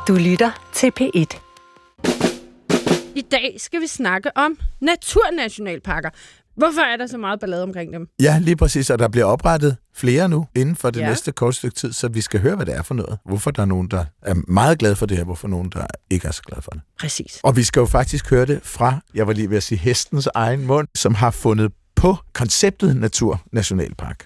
Du lytter til P1. I dag skal vi snakke om naturnationalparker. Hvorfor er der så meget ballade omkring dem? Ja, lige præcis, og der bliver oprettet flere nu inden for det næste kort stykke tid, så vi skal høre, hvad det er for noget. Hvorfor der er nogen, der er meget glade for det her, hvorfor nogen, der ikke er så glade for det. Præcis. Og vi skal jo faktisk høre det fra, jeg var lige ved at sige, hestens egen mund, som har fundet på konceptet naturnationalpark.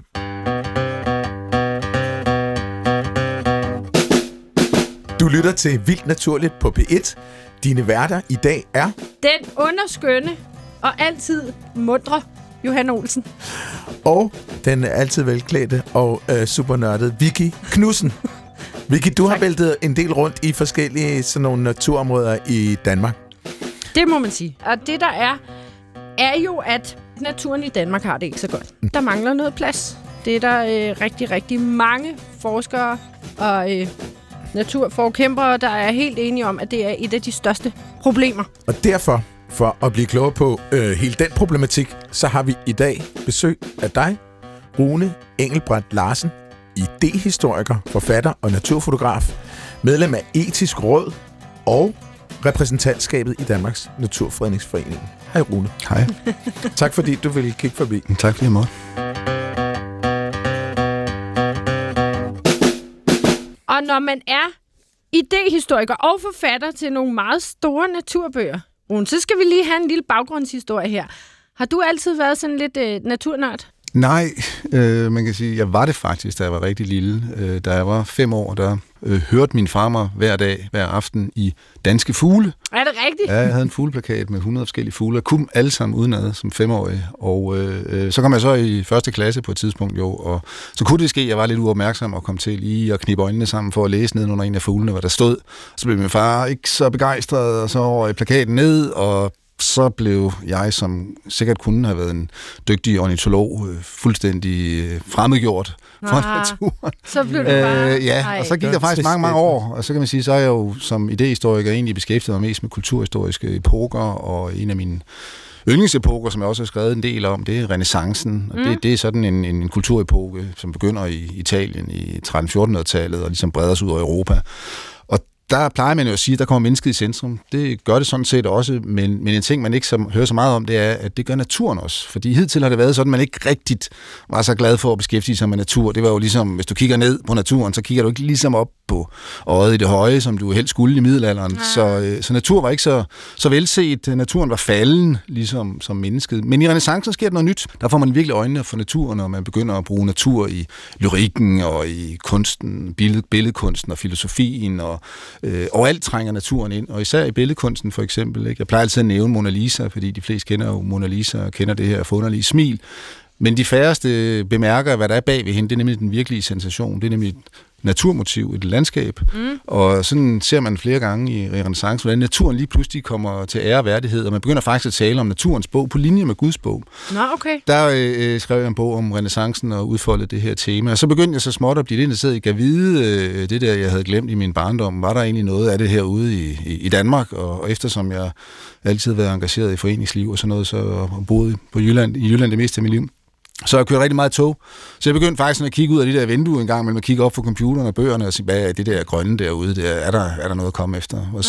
Du lytter til Vildt Naturligt på P1. Dine værter i dag er... Den underskønne og altid mundre Johanne Olsen. Og den altid velklædte og supernørdede Vicky Knudsen. Vicky, du har væltet en del rundt i forskellige sådan nogle naturområder i Danmark. Det må man sige. Og det der er jo, at naturen i Danmark har det ikke så godt. Der mangler noget plads. Det er der rigtig, rigtig mange forskere og naturforkæmpere, der er helt enige om, at det er et af de største problemer. Og derfor, for at blive klogere på hele den problematik, så har vi i dag besøg af dig, Rune Engelbrecht Larsen, idehistoriker, forfatter og naturfotograf, medlem af Etisk Råd og repræsentantskabet i Danmarks Naturfredningsforening. Hej Rune. Hej. Tak fordi du ville kigge forbi. Tak lige meget. Og når man er idehistoriker og forfatter til nogle meget store naturbøger, Rune, så skal vi lige have en lille baggrundshistorie her. Har du altid været sådan lidt naturnørd? Nej, man kan sige, jeg var det faktisk, da jeg var rigtig lille. Da jeg var 5 år, der hørte min far mig hver aften i Danske Fugle. Er det rigtigt? Ja, jeg havde en fugleplakat med 100 forskellige fugle. Jeg kunne alle sammen udenad som 5-årig. Og så kom jeg så i 1. klasse på et tidspunkt, og så kunne det ske, at jeg var lidt uopmærksom og kom til lige at knippe øjnene sammen for at læse ned under en af fuglene, hvad der stod. Så blev min far ikke så begejstret, og så over plakaten ned, og så blev jeg, som sikkert kunne have været en dygtig ornitolog, fuldstændig fremmedgjort for naturen. Så blev du bare... ja, og så gik der faktisk mange år, og så kan man sige, så er jeg jo som idehistoriker egentlig beskæftiget mig mest med kulturhistoriske epoker, og en af mine yndlingsepoker, som jeg også har skrevet en del om, det er renæssancen. Og det er sådan en kulturepoke, som begynder i Italien i 1300-1400-tallet, og ligesom breder sig ud over Europa. Der plejer man jo at sige, at der kommer mennesket i centrum. Det gør det sådan set også, men en ting, man ikke hører så meget om, det er, at det gør naturen også. Fordi hidtil har det været sådan, at man ikke rigtigt var så glad for at beskæftige sig med natur. Det var jo ligesom, hvis du kigger ned på naturen, så kigger du ikke ligesom op på øjet i det høje, som du helst skulle i middelalderen. Så natur var ikke så velset. Naturen var falden, ligesom som mennesket. Men i renæssancen sker der noget nyt. Der får man virkelig øjnene for naturen, når man begynder at bruge natur i lyrikken og i kunsten, billedkunsten og filosofien og alt trænger naturen ind, og især i billedkunsten for eksempel. Ikke? Jeg plejer altid at nævne Mona Lisa, fordi de fleste kender jo Mona Lisa og kender det her forunderlige smil. Men de færreste bemærker, hvad der er bag ved hende. Det er nemlig den virkelige sensation. Det er nemlig et naturmotiv, et landskab. Og sådan ser man flere gange i renæssancen, hvordan naturen lige pludselig kommer til ære og værdighed, og man begynder faktisk at tale om naturens bog på linje med Guds bog. Nå, okay. Der skrev jeg en bog om renæssancen og udfoldede det her tema. Og så begyndte jeg så småt at blive interesseret i at vide, det der, jeg havde glemt i min barndom, var der egentlig noget af det her ude i Danmark? Og eftersom jeg altid har været engageret i foreningsliv og sådan noget, så boede i Jylland det meste af mit liv, så jeg kørte rigtig meget tog. Så jeg begyndte faktisk at kigge ud af de der vinduer en gang, men at kigge op på computeren og bøgerne og sige, hvad er det der grønne derude? Er der noget at komme efter? Og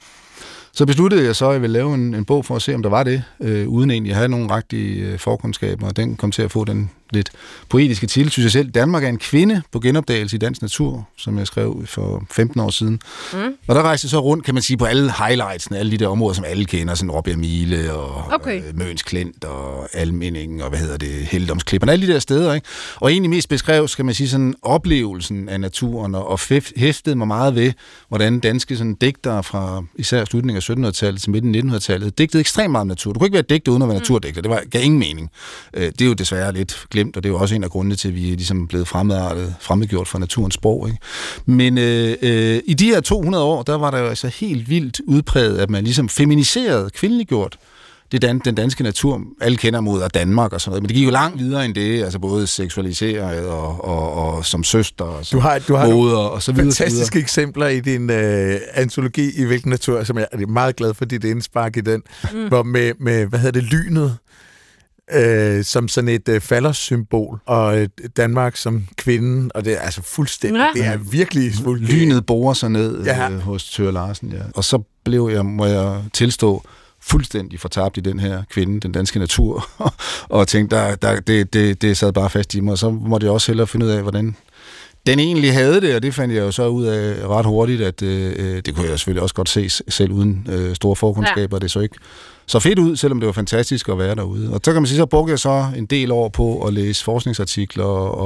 så besluttede jeg så, at jeg ville lave en bog for at se, om der var det, uden egentlig at have nogle rigtige forkundskaber, og den kom til at få den lidt poetiske titel, synes jeg selv. Danmark er en kvinde på genopdagelse i dansk natur, som jeg skrev for 15 år siden. Og der rejste jeg så rundt, kan man sige, på alle highlightsene, alle de der områder, som alle kender, sådan Råbjerg Mile og Møns Klint og Almindingen og Heldomsklipperne, alle de der steder, ikke? Og egentlig mest beskrev, skal man sige, sådan oplevelsen af naturen, og hæftede mig meget ved, hvordan danske sådan digtere fra især slutningen af 1700-tallet til midten af 1900-tallet digtede ekstremt meget om natur. Du kunne ikke være digter uden at være naturdigter. Det gav ingen mening. Det er jo desværre lidt glemt, og det er jo også en af grundene til, at vi er ligesom blevet fremmedgjort fra naturens sprog. Ikke? Men i de her 200 år, der var der jo altså helt vildt udpræget, at man ligesom feminiserede, kvindeliggjort den danske natur. Alle kender mod Danmark og sådan noget, men det gik jo langt videre end det, altså både seksualiseret og som søster og som moder og så videre. Fantastiske eksempler i din antologi i Hvilken Natur, som jeg er meget glad for dit indspark i den, hvor med lynet, som sådan et faldersymbol, og Danmark som kvinden, og det er altså fuldstændig, det er virkelig lynet borer sig ned hos Thøger Larsen, ja. Og så blev jeg, må jeg tilstå, fuldstændig fortabt i den her kvinde, den danske natur, og tænkte, det sad bare fast i mig, og så måtte jeg også hellere finde ud af, hvordan den egentlig havde det, og det fandt jeg jo så ud af ret hurtigt, at det kunne jeg selvfølgelig også godt se selv uden store forkundskaber, det så ikke så fedt ud, selvom det var fantastisk at være derude. Og så kan man sige, så brugte jeg så en del år på at læse forskningsartikler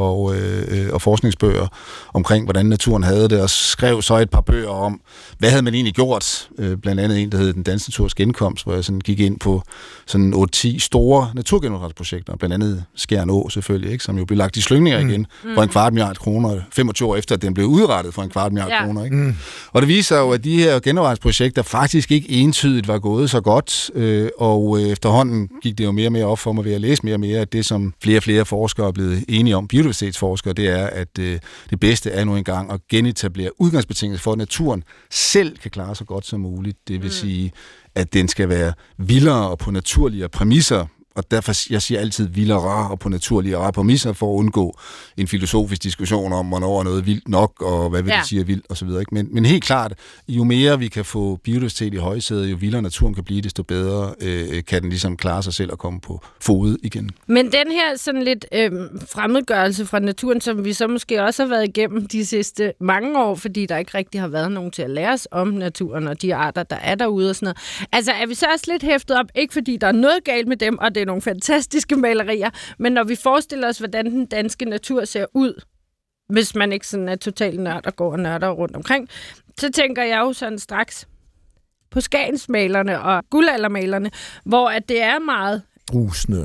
og forskningsbøger omkring, hvordan naturen havde det, og skrev så et par bøger om, hvad havde man egentlig gjort? Blandt andet en, der hed Den Danske Naturs Genkomst, hvor jeg sådan gik ind på sådan 8-10 store naturgenopretningsprojekter, blandt andet Skjern Å selvfølgelig, ikke? Som jo blev lagt i slyngninger igen for 250 milliarder kroner, 25 år efter, at den blev udrettet for 250 milliarder kroner. Ikke? Og det viser jo, at de her genopretningsprojekter faktisk ikke entydigt var gået så godt, og efterhånden gik det jo mere og mere op for mig ved at læse mere og mere, at det, som flere og flere forskere er blevet enige om, biodiversitetsforskere, det er, at det bedste er nu engang at genetablere udgangsbetingelser for, at naturen selv kan klare så godt som muligt. Det vil sige, at den skal være vildere og på naturlige præmisser, og derfor, jeg siger altid vildere og på naturlige præmisser for at undgå en filosofisk diskussion om, hvornår er noget vildt nok, og hvad vil det sige er vildt, og så videre. Ikke? Men helt klart, jo mere vi kan få biodiversitet i højsædet, jo vildere naturen kan blive, desto bedre kan den ligesom klare sig selv og komme på fod igen. Men den her sådan lidt fremmedgørelse fra naturen, som vi så måske også har været igennem de sidste mange år, fordi der ikke rigtig har været nogen til at lære os om naturen og de arter, der er derude og sådan noget. Altså er vi så også lidt hæftet op, ikke fordi der er noget galt med dem, og det er nogle fantastiske malerier, men når vi forestiller os, hvordan den danske natur ser ud, hvis man ikke sådan er totalt nørd og går og nørder rundt omkring, så tænker jeg jo sådan straks på skagensmalerne og guldaldermalerne, hvor at det er meget brusende.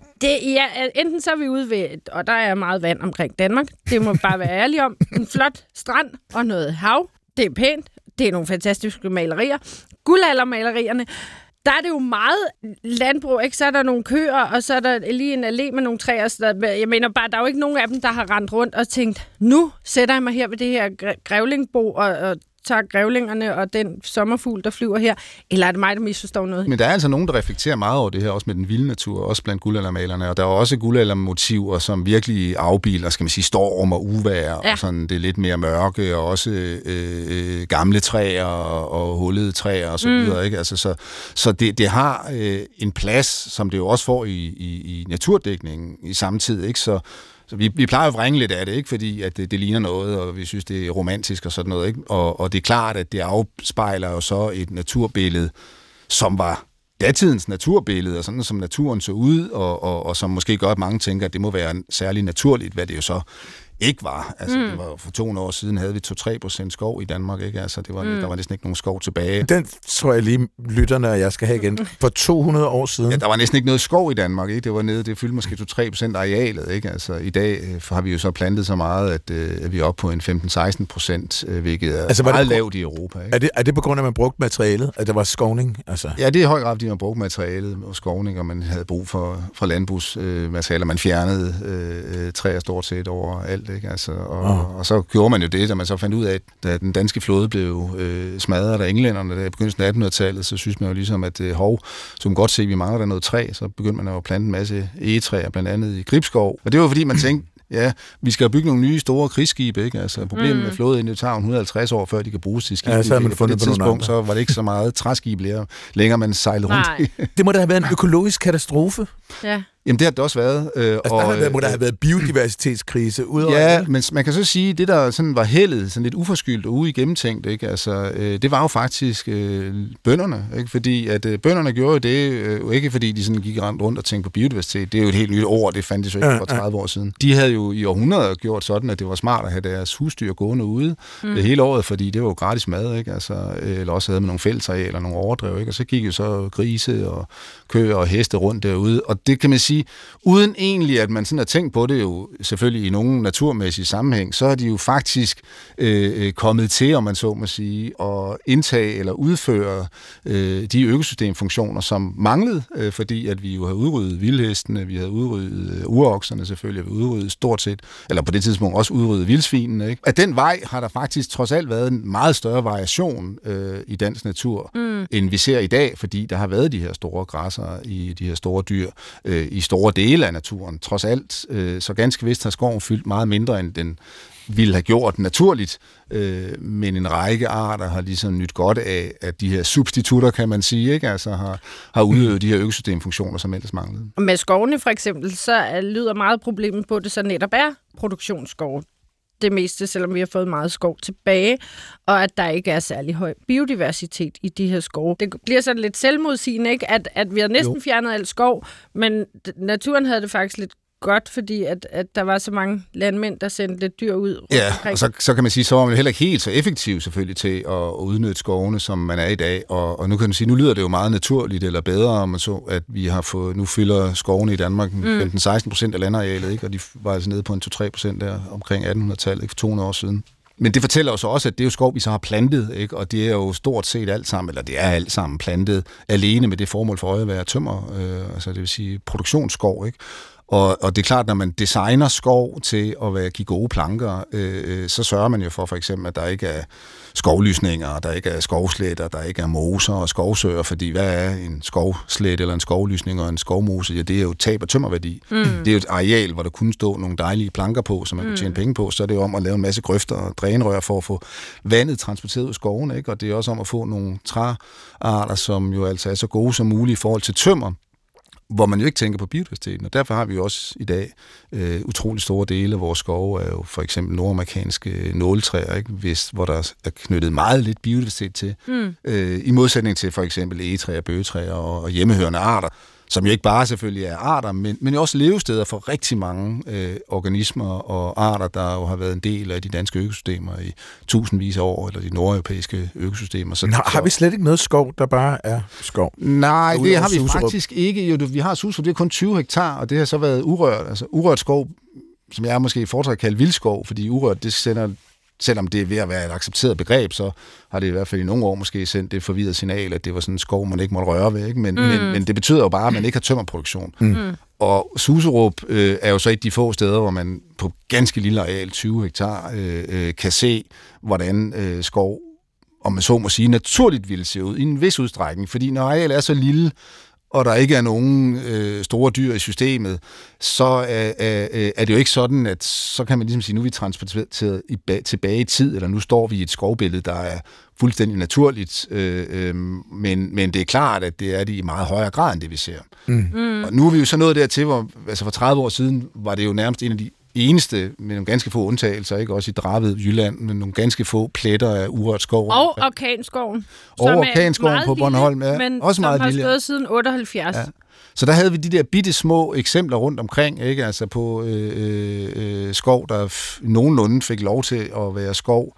Enten så er vi ude ved, og der er meget vand omkring Danmark, det må bare være ærlig om, en flot strand og noget hav, det er pænt, det er nogle fantastiske malerier. Guldaldermalerierne, der er det jo meget landbrug, ikke? Så er der nogle køer, og så er der lige en allé med nogle træer. Jeg mener bare, der er jo ikke nogen af dem, der har rendt rundt og tænkt, nu sætter jeg mig her ved det her grævlingbo og tager grævlingerne og den sommerfugl, der flyver her. Eller er det mig, der misforstår noget? Men der er altså nogen, der reflekterer meget over det her, også med den vilde natur, også blandt guldaldermalerne. Og der er også guldaldermotiver, som virkelig afbilder, skal man sige, storm og uvejr, og sådan det lidt mere mørke, og også gamle træer og hullede træer og så videre. Ikke? Altså, så det har en plads, som det jo også får i naturdækningen i samme tid, ikke? Så vi plejer at vrænge lidt af det, ikke? Fordi at det ligner noget, og vi synes, det er romantisk og sådan noget. Ikke? Og det er klart, at det afspejler jo så et naturbillede, som var datidens naturbillede, og sådan som naturen så ud, og som måske gør, at mange tænker, at det må være særligt naturligt, hvad det jo så ikke var. Altså, det var for 200 år siden, havde vi 2-3% skov i Danmark, ikke? Altså, der var næsten ikke nogen skov tilbage. Den tror jeg lige, lytterne og jeg skal have igen. For 200 år siden. Ja, der var næsten ikke noget skov i Danmark, ikke? Det var nede, det fyldte måske 2-3% arealet, ikke? Altså, i dag har vi jo så plantet så meget, at vi er oppe på en 15-16%, hvilket er meget lavt i Europa, ikke? Er det på grund af, at man brugte materialet? At der var skovning? Altså? Ja, det er i høj grad, fordi man brugte materialet og skovning, og man havde brug for landbrugsmaterialer. Man fjernede træer stort set over alt, ikke? Altså, og så gjorde man jo det, da man så fandt ud af, at den danske flåde blev smadret af englænderne der i begyndelsen af 1800-tallet, så synes man jo ligesom, at så man godt se, at vi mangler der noget træ, så begyndte man jo at plante en masse egetræer, blandt andet i Gribskov. Og det var fordi, man tænkte, ja, vi skal bygge nogle nye store krigsskibe, ikke? Altså, problemet med flåden, det tager 150 år, før de kan bruges til skib. Ja, så på det tidspunkt, så var det ikke så meget træskib længere man sejlede rundt i. Det må da have været en økologisk katastrofe. Ja. Jamen, det har det også været. Må der have været biodiversitetskrise udover det? Men man kan så sige, at det, der sådan var heldet, sådan lidt uforskyldt og uigennemtænkt, ikke? Altså, det var jo faktisk bønderne, ikke? Fordi at bønderne gjorde det, ikke fordi de sådan gik rundt og tænkte på biodiversitet. Det er jo et helt nyt ord, det fandt de så ikke for 30 år siden. De havde jo i århundreder gjort sådan, at det var smart at have deres husdyr gående ude hele året, fordi det var jo gratis mad, ikke? Altså, eller også havde man nogle fældesarealer eller nogle overdrev, ikke? Og så gik jo så grise og køer og heste rundt derude, og det kan man sige, uden egentlig, at man sådan har tænkt på det jo selvfølgelig i nogen naturmæssig sammenhæng, så er de jo faktisk kommet til, om man så må sige, at indtage eller udføre de økosystemfunktioner, som manglede, fordi at vi jo havde udryddet vildhestene, vi havde udryddet urokserne selvfølgelig, vi havde udryddet stort set, eller på det tidspunkt også udryddet vildsvinene. Ikke? At den vej har der faktisk trods alt været en meget større variation i dansk natur, end vi ser i dag, fordi der har været de her store græsser i de her store dyr. i store dele af naturen. Trods alt, så ganske vist har skoven fyldt meget mindre, end den ville have gjort naturligt, men en række arter har ligesom nyt godt af, at de her substitutter, kan man sige, ikke? Altså har udøvet de her økosystemfunktioner, som ellers manglede. Og med skovene for eksempel, så lyder meget problemet på det, så netop er produktionsskov det meste, selvom vi har fået meget skov tilbage, og at der ikke er særlig høj biodiversitet i de her skove. Det bliver sådan lidt selvmodsigende, ikke? At vi har næsten fjernet al skov, men naturen havde det faktisk lidt godt, fordi at der var så mange landmænd, der sendte lidt dyr ud. Ja, og så kan man sige, så var man heller ikke helt så effektiv selvfølgelig til at udnytte skovene, som man er i dag. Og nu kan man sige, nu lyder det jo meget naturligt eller bedre, om man så, at vi har fået, nu fylder skovene i Danmark 15-16% af landarealet, ikke? Og de var altså nede på en 2-3% der omkring 1800-tallet, ikke? For 200 år siden. Men det fortæller jo så også, at det er jo skov, vi så har plantet, ikke? Og det er jo stort set alt sammen, eller det er alt sammen plantet alene med det formål for øje at være tømmer, altså det vil sige produktionsskov, ikke? Og det er klart, når man designer skov til at give gode planker, så sørger man jo for eksempel, at der ikke er skovlysninger, der ikke er skovsletter, der ikke er moser og skovsøer, fordi hvad er en skovslet eller en skovlysning og en skovmose? Ja, det er jo tab af tømmerværdi. Det er jo et areal, hvor der kunne stå nogle dejlige planker på, som man kunne tjene penge på, så er det jo om at lave en masse grøfter og drænrør for at få vandet transporteret ud af skoven, ikke? Og det er også om at få nogle træarter, som jo altså er så gode som muligt i forhold til tømmer, hvor man jo ikke tænker på biodiversiteten, og derfor har vi jo også i dag utrolig store dele af vores skove er jo for eksempel nordamerikanske nåletræer, ikke? Hvor der er knyttet meget lidt biodiversitet til, i modsætning til for eksempel egetræer, bøgetræer og hjemmehørende arter, som jo ikke bare selvfølgelig er arter, men også levesteder for rigtig mange organismer og arter, der jo har været en del af de danske økosystemer i tusindvis af år, eller de nordeuropæiske økosystemer. Så har vi slet ikke noget skov, der bare er skov? Nej, det har vi faktisk ikke. Jo, vi har Suserup, det er kun 20 hektar, og det har så været urørt. Altså urørt skov, som jeg måske foretrækker kalde vildskov, fordi urørt, det sender, selvom det er ved at være et accepteret begreb, så har det i hvert fald i nogle år måske sendt det forvirret signal, at det var sådan en skov, man ikke måtte røre ved. Ikke? Men det betyder jo bare, at man ikke har tømmerproduktion. Og Suserup er jo så et af de få steder, hvor man på ganske lille areal, 20 hektar, kan se, hvordan skov, om man så må sige, naturligt ville se ud i en vis udstrækning. Fordi når arealet er så lille, og der ikke er nogen store dyr i systemet, så er det jo ikke sådan, at så kan man ligesom sige, nu er vi transporteret tilbage i tid, eller nu står vi i et skovbillede, der er fuldstændig naturligt, men det er klart, at det er det i meget højere grad, end det vi ser. Og nu er vi jo så nået dertil, hvor altså for 30 år siden var det jo nærmest en af de eneste, med nogle ganske få undtagelser, ikke? Også i Dravet, Jylland, med nogle ganske få pletter af urørt skov. Og orkanskoven. Og orkanskoven på Bornholm er men også meget lille. Men som har stået siden 78. Ja. Så der havde vi de der bitte små eksempler rundt omkring, ikke? Altså på skov, der nogenlunde fik lov til at være skov.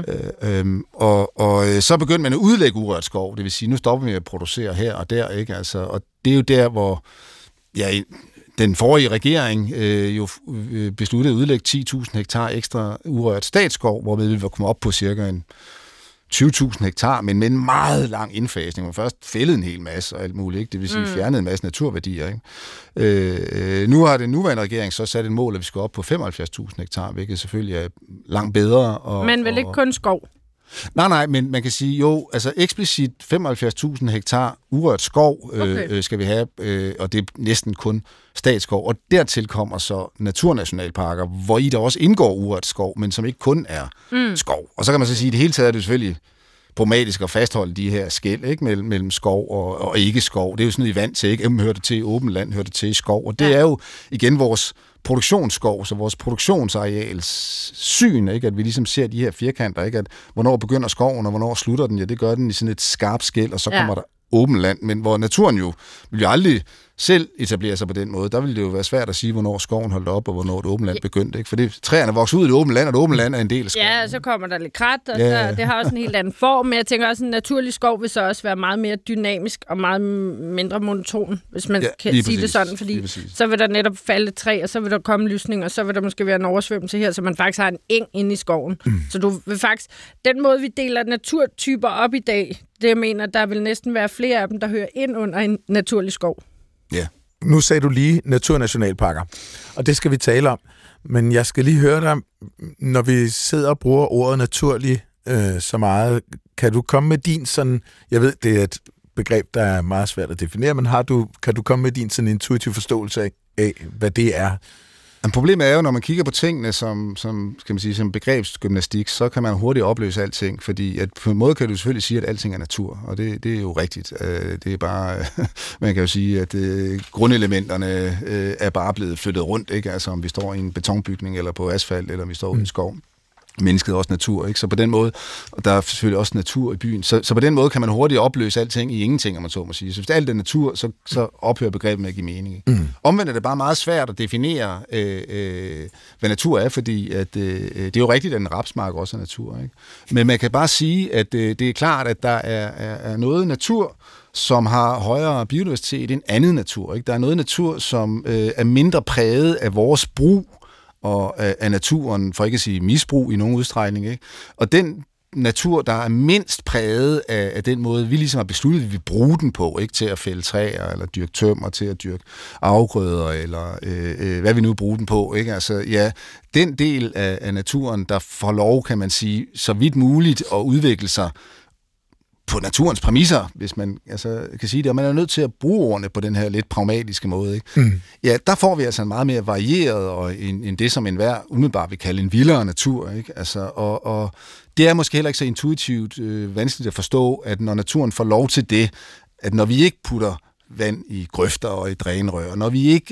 Og så begyndte man at udlægge urørt skov, det vil sige, nu stopper vi at producere her og der, ikke? Altså, og det er jo der, hvor den forrige regering jo besluttede at udlægge 10.000 hektar ekstra urørt statsskov, hvorved vi var kommet op på cirka 20.000 hektar, men med en meget lang indfasning. Man først fældede en hel masse og alt muligt, ikke? Det vil sige fjernede en masse naturværdier. Ikke? Nu har den nuværende regering så sat et mål, at vi skal op på 75.000 hektar, hvilket selvfølgelig er langt bedre. Men vel ikke kun skov? Nej, men man kan sige, jo, altså eksplicit 75.000 hektar urørt skov skal vi have, og det er næsten kun statsskov, og dertil kommer så naturnationalparker, hvor i der også indgår urørt skov, men som ikke kun er skov. Og så kan man så sige, at i det hele taget er det selvfølgelig problematisk at fastholde de her skel, ikke, mellem skov og ikke skov. Det er jo sådan noget, I vant til, ikke? Hører det til åbent land, hører det til skov, og det er jo igen vores produktionsskov, så vores produktionsareals syn, ikke? At vi ligesom ser de her firkanter, ikke? At hvornår begynder skoven, og hvornår slutter den, ja, det gør den i sådan et skarpt skel, og så kommer der åbent land, men hvor naturen jo vil jo aldrig selv etablere sig på den måde. Der vil det jo være svært at sige, hvornår skoven holdt op, og hvornår et åbent land begyndte. Ikke? For det, træerne vokser ud i det åbent land, og det åbent land er en del af skoven. Ja, så kommer der lidt krat, og det har også en helt anden form, men jeg tænker også, at en naturlig skov vil så også være meget mere dynamisk og meget mindre monoton, hvis man kan sige det sådan, fordi så vil der netop falde træ, og så vil der komme lysning, og så vil der måske være en oversvømmelse her, så man faktisk har en eng inde i skoven. Så du vil faktisk, den måde, vi deler naturtyper op i dag, det jeg mener, der vil næsten være flere af dem, der hører ind under en naturlig skov. Ja. Nu sagde du lige naturnationalparker, og det skal vi tale om. Men jeg skal lige høre dig, når vi sidder og bruger ordet naturlig så meget, kan du komme med din sådan, jeg ved, det er et begreb, der er meget svært at definere, men kan du komme med din sådan intuitiv forståelse af, hvad det er? Men problemet er jo, når man kigger på tingene som skal man sige, som begrebsgymnastik, så kan man hurtigt opløse alting, fordi at på en måde kan du selvfølgelig sige, at alting er natur, og det er jo rigtigt. Det er bare, man kan jo sige, at grundelementerne er bare blevet flyttet rundt, ikke? Altså om vi står i en betonbygning, eller på asfalt, eller om vi står ude i en skov. Mennesket er også natur, ikke? Så på den måde, og der er selvfølgelig også natur i byen, så på den måde kan man hurtigt opløse alting i ingenting, om man så må sige. Så hvis alt er natur, så ophører begrebet med at give mening. Omvendt er det bare meget svært at definere, hvad natur er, fordi at, det er jo rigtigt, at en rapsmark også er natur, ikke? Men man kan bare sige, at det er klart, at der er noget natur, som har højere biodiversitet end andet natur, ikke? Der er noget natur, som er mindre præget af vores brug og af naturen, for ikke at sige misbrug i nogen udstrækning, ikke? Og den natur, der er mindst præget af den måde, vi ligesom har besluttet, at vi vil bruge den på, ikke? Til at fælde træer, eller dyrke tømmer, til at dyrke afgrøder, eller hvad vi nu bruger den på, ikke? Altså, ja, den del af naturen, der får lov, kan man sige, så vidt muligt at udvikle sig på naturens præmisser, hvis man altså kan sige det, og man er nødt til at bruge ordene på den her lidt pragmatiske måde, ikke? Ja, der får vi altså en meget mere varieret og end det, som enhver umiddelbart vil kalde en vildere natur, ikke? Altså, og det er måske heller ikke så intuitivt vanskeligt at forstå, at når naturen får lov til det, at når vi ikke putter vand i grøfter og i drænrør, når vi ikke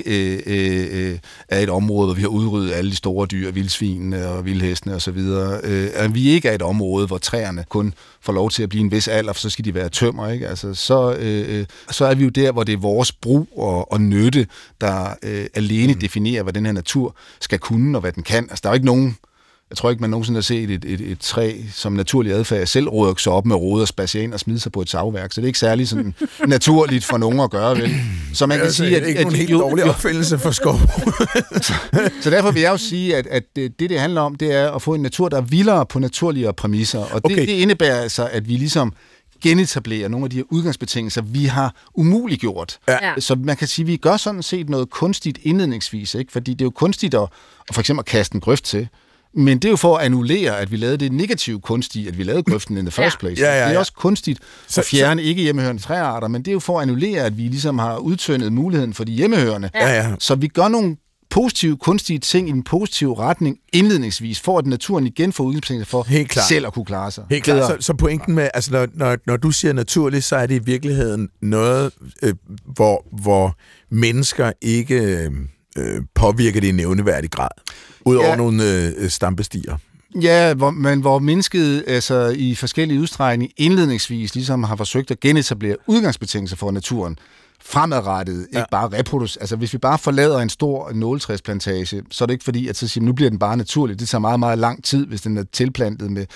er et område, hvor vi har udryddet alle de store dyr, vildsvinene og vildhestene osv., at vi ikke er et område, hvor træerne kun får lov til at blive en vis alder, for så skal de være tømmer, ikke? Altså, så er vi jo der, hvor det er vores brug og nytte, der alene definerer, hvad den her natur skal kunne og hvad den kan. Altså, der er jo ikke nogen. Jeg tror ikke, man nogensinde har set et træ som naturlig adfærd selv råder sig op med rode og spasere ind og smide sig på et savværk. Så det er ikke særlig sådan naturligt for nogen at gøre, vel? Så man kan sige, at det er ikke en helt dårlig opfindelse for skov. så derfor vil jeg jo sige, at det handler om, det er at få en natur, der er vildere på naturlige præmisser. Og det indebærer altså, at vi ligesom genetablerer nogle af de her udgangsbetingelser, vi har umuliggjort. Ja. Så man kan sige, at vi gør sådan set noget kunstigt indledningsvis, ikke? Fordi det er jo kunstigt at for eksempel kaste en grøft til. Men det er jo for at annullere, at vi lavede det negative kunstige, at vi lavede grøften in the first place. Ja. Det er også kunstigt at fjerne ikke hjemmehørende træarter, men det er jo for at annullere, at vi ligesom har udtyndet muligheden for de hjemmehørende. Ja. Så vi gør nogle positive, kunstige ting i en positiv retning indledningsvis, for at naturen igen får udgangspunkt for selv at kunne klare sig. Helt klart. Så pointen med, altså når du siger naturligt, så er det i virkeligheden noget, hvor mennesker ikke påvirker det i nævneværdig grad, udover nogle stampestier. Ja, hvor mennesket altså i forskellige udstrækning indledningsvis ligesom har forsøgt at genetablere udgangsbetingelser for naturen fremadrettet, ikke bare reproducere. Altså hvis vi bare forlader en stor nåletræsplantage, så er det ikke fordi, at så siger, nu bliver den bare naturlig. Det tager meget, meget lang tid, hvis den er tilplantet med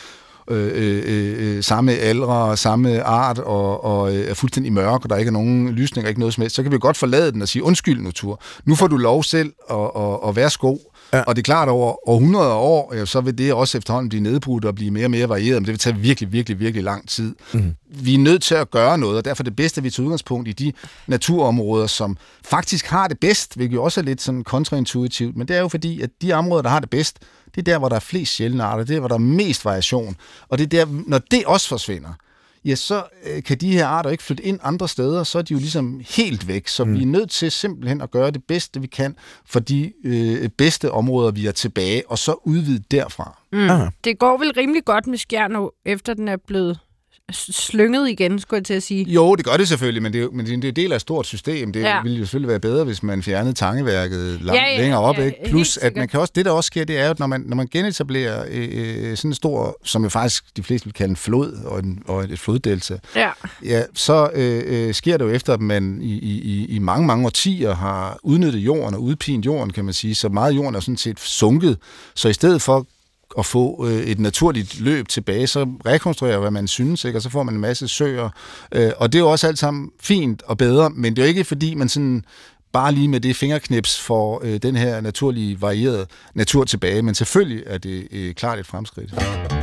samme aldre, samme art og er fuldstændig mørk, og der ikke er nogen lysning, ikke noget som helst, så kan vi godt forlade den og sige, undskyld natur, nu får du lov selv at være sko. Ja. Og det er klart, over århundreder af år, så vil det også efterhånden blive nedbrudt og blive mere og mere varieret, men det vil tage virkelig, virkelig, virkelig lang tid. Vi er nødt til at gøre noget, og derfor er det bedste, at vi tager udgangspunkt i de naturområder, som faktisk har det bedst, hvilket jo også er lidt sådan kontraintuitivt, men det er jo fordi, at de områder, der har det bedst, det er der, hvor der er flest sjældne arter, det er der, hvor der er mest variation, og det er der, når det også forsvinder, ja, så kan de her arter ikke flytte ind andre steder, så er de jo ligesom helt væk. Så vi er nødt til simpelthen at gøre det bedste, vi kan, for de bedste områder, vi er tilbage, og så udvide derfra. Det går vel rimelig godt med Skjern, efter den er blevet slynget igen, skulle jeg til at sige. Jo, det gør det selvfølgelig, men det er en del af et stort system. Det ville jo selvfølgelig være bedre, hvis man fjernede tangeværket længere op. Ikke? Plus, at man kan også, det der også sker, det er, at når man genetablerer sådan en stor, som jo faktisk de fleste vil kalde en flod og et floddelta, så sker det jo efter, at man i mange, mange årtier har udnyttet jorden og udpint jorden, kan man sige, så meget jorden er sådan set sunket. Så i stedet for at få et naturligt løb tilbage, så rekonstruerer hvad man synes, ikke? Og så får man en masse søer. Og det er jo også alt sammen fint og bedre, men det er jo ikke fordi, man sådan bare lige med det fingerknips får den her naturlige varierede natur tilbage, men selvfølgelig er det klart et fremskridt.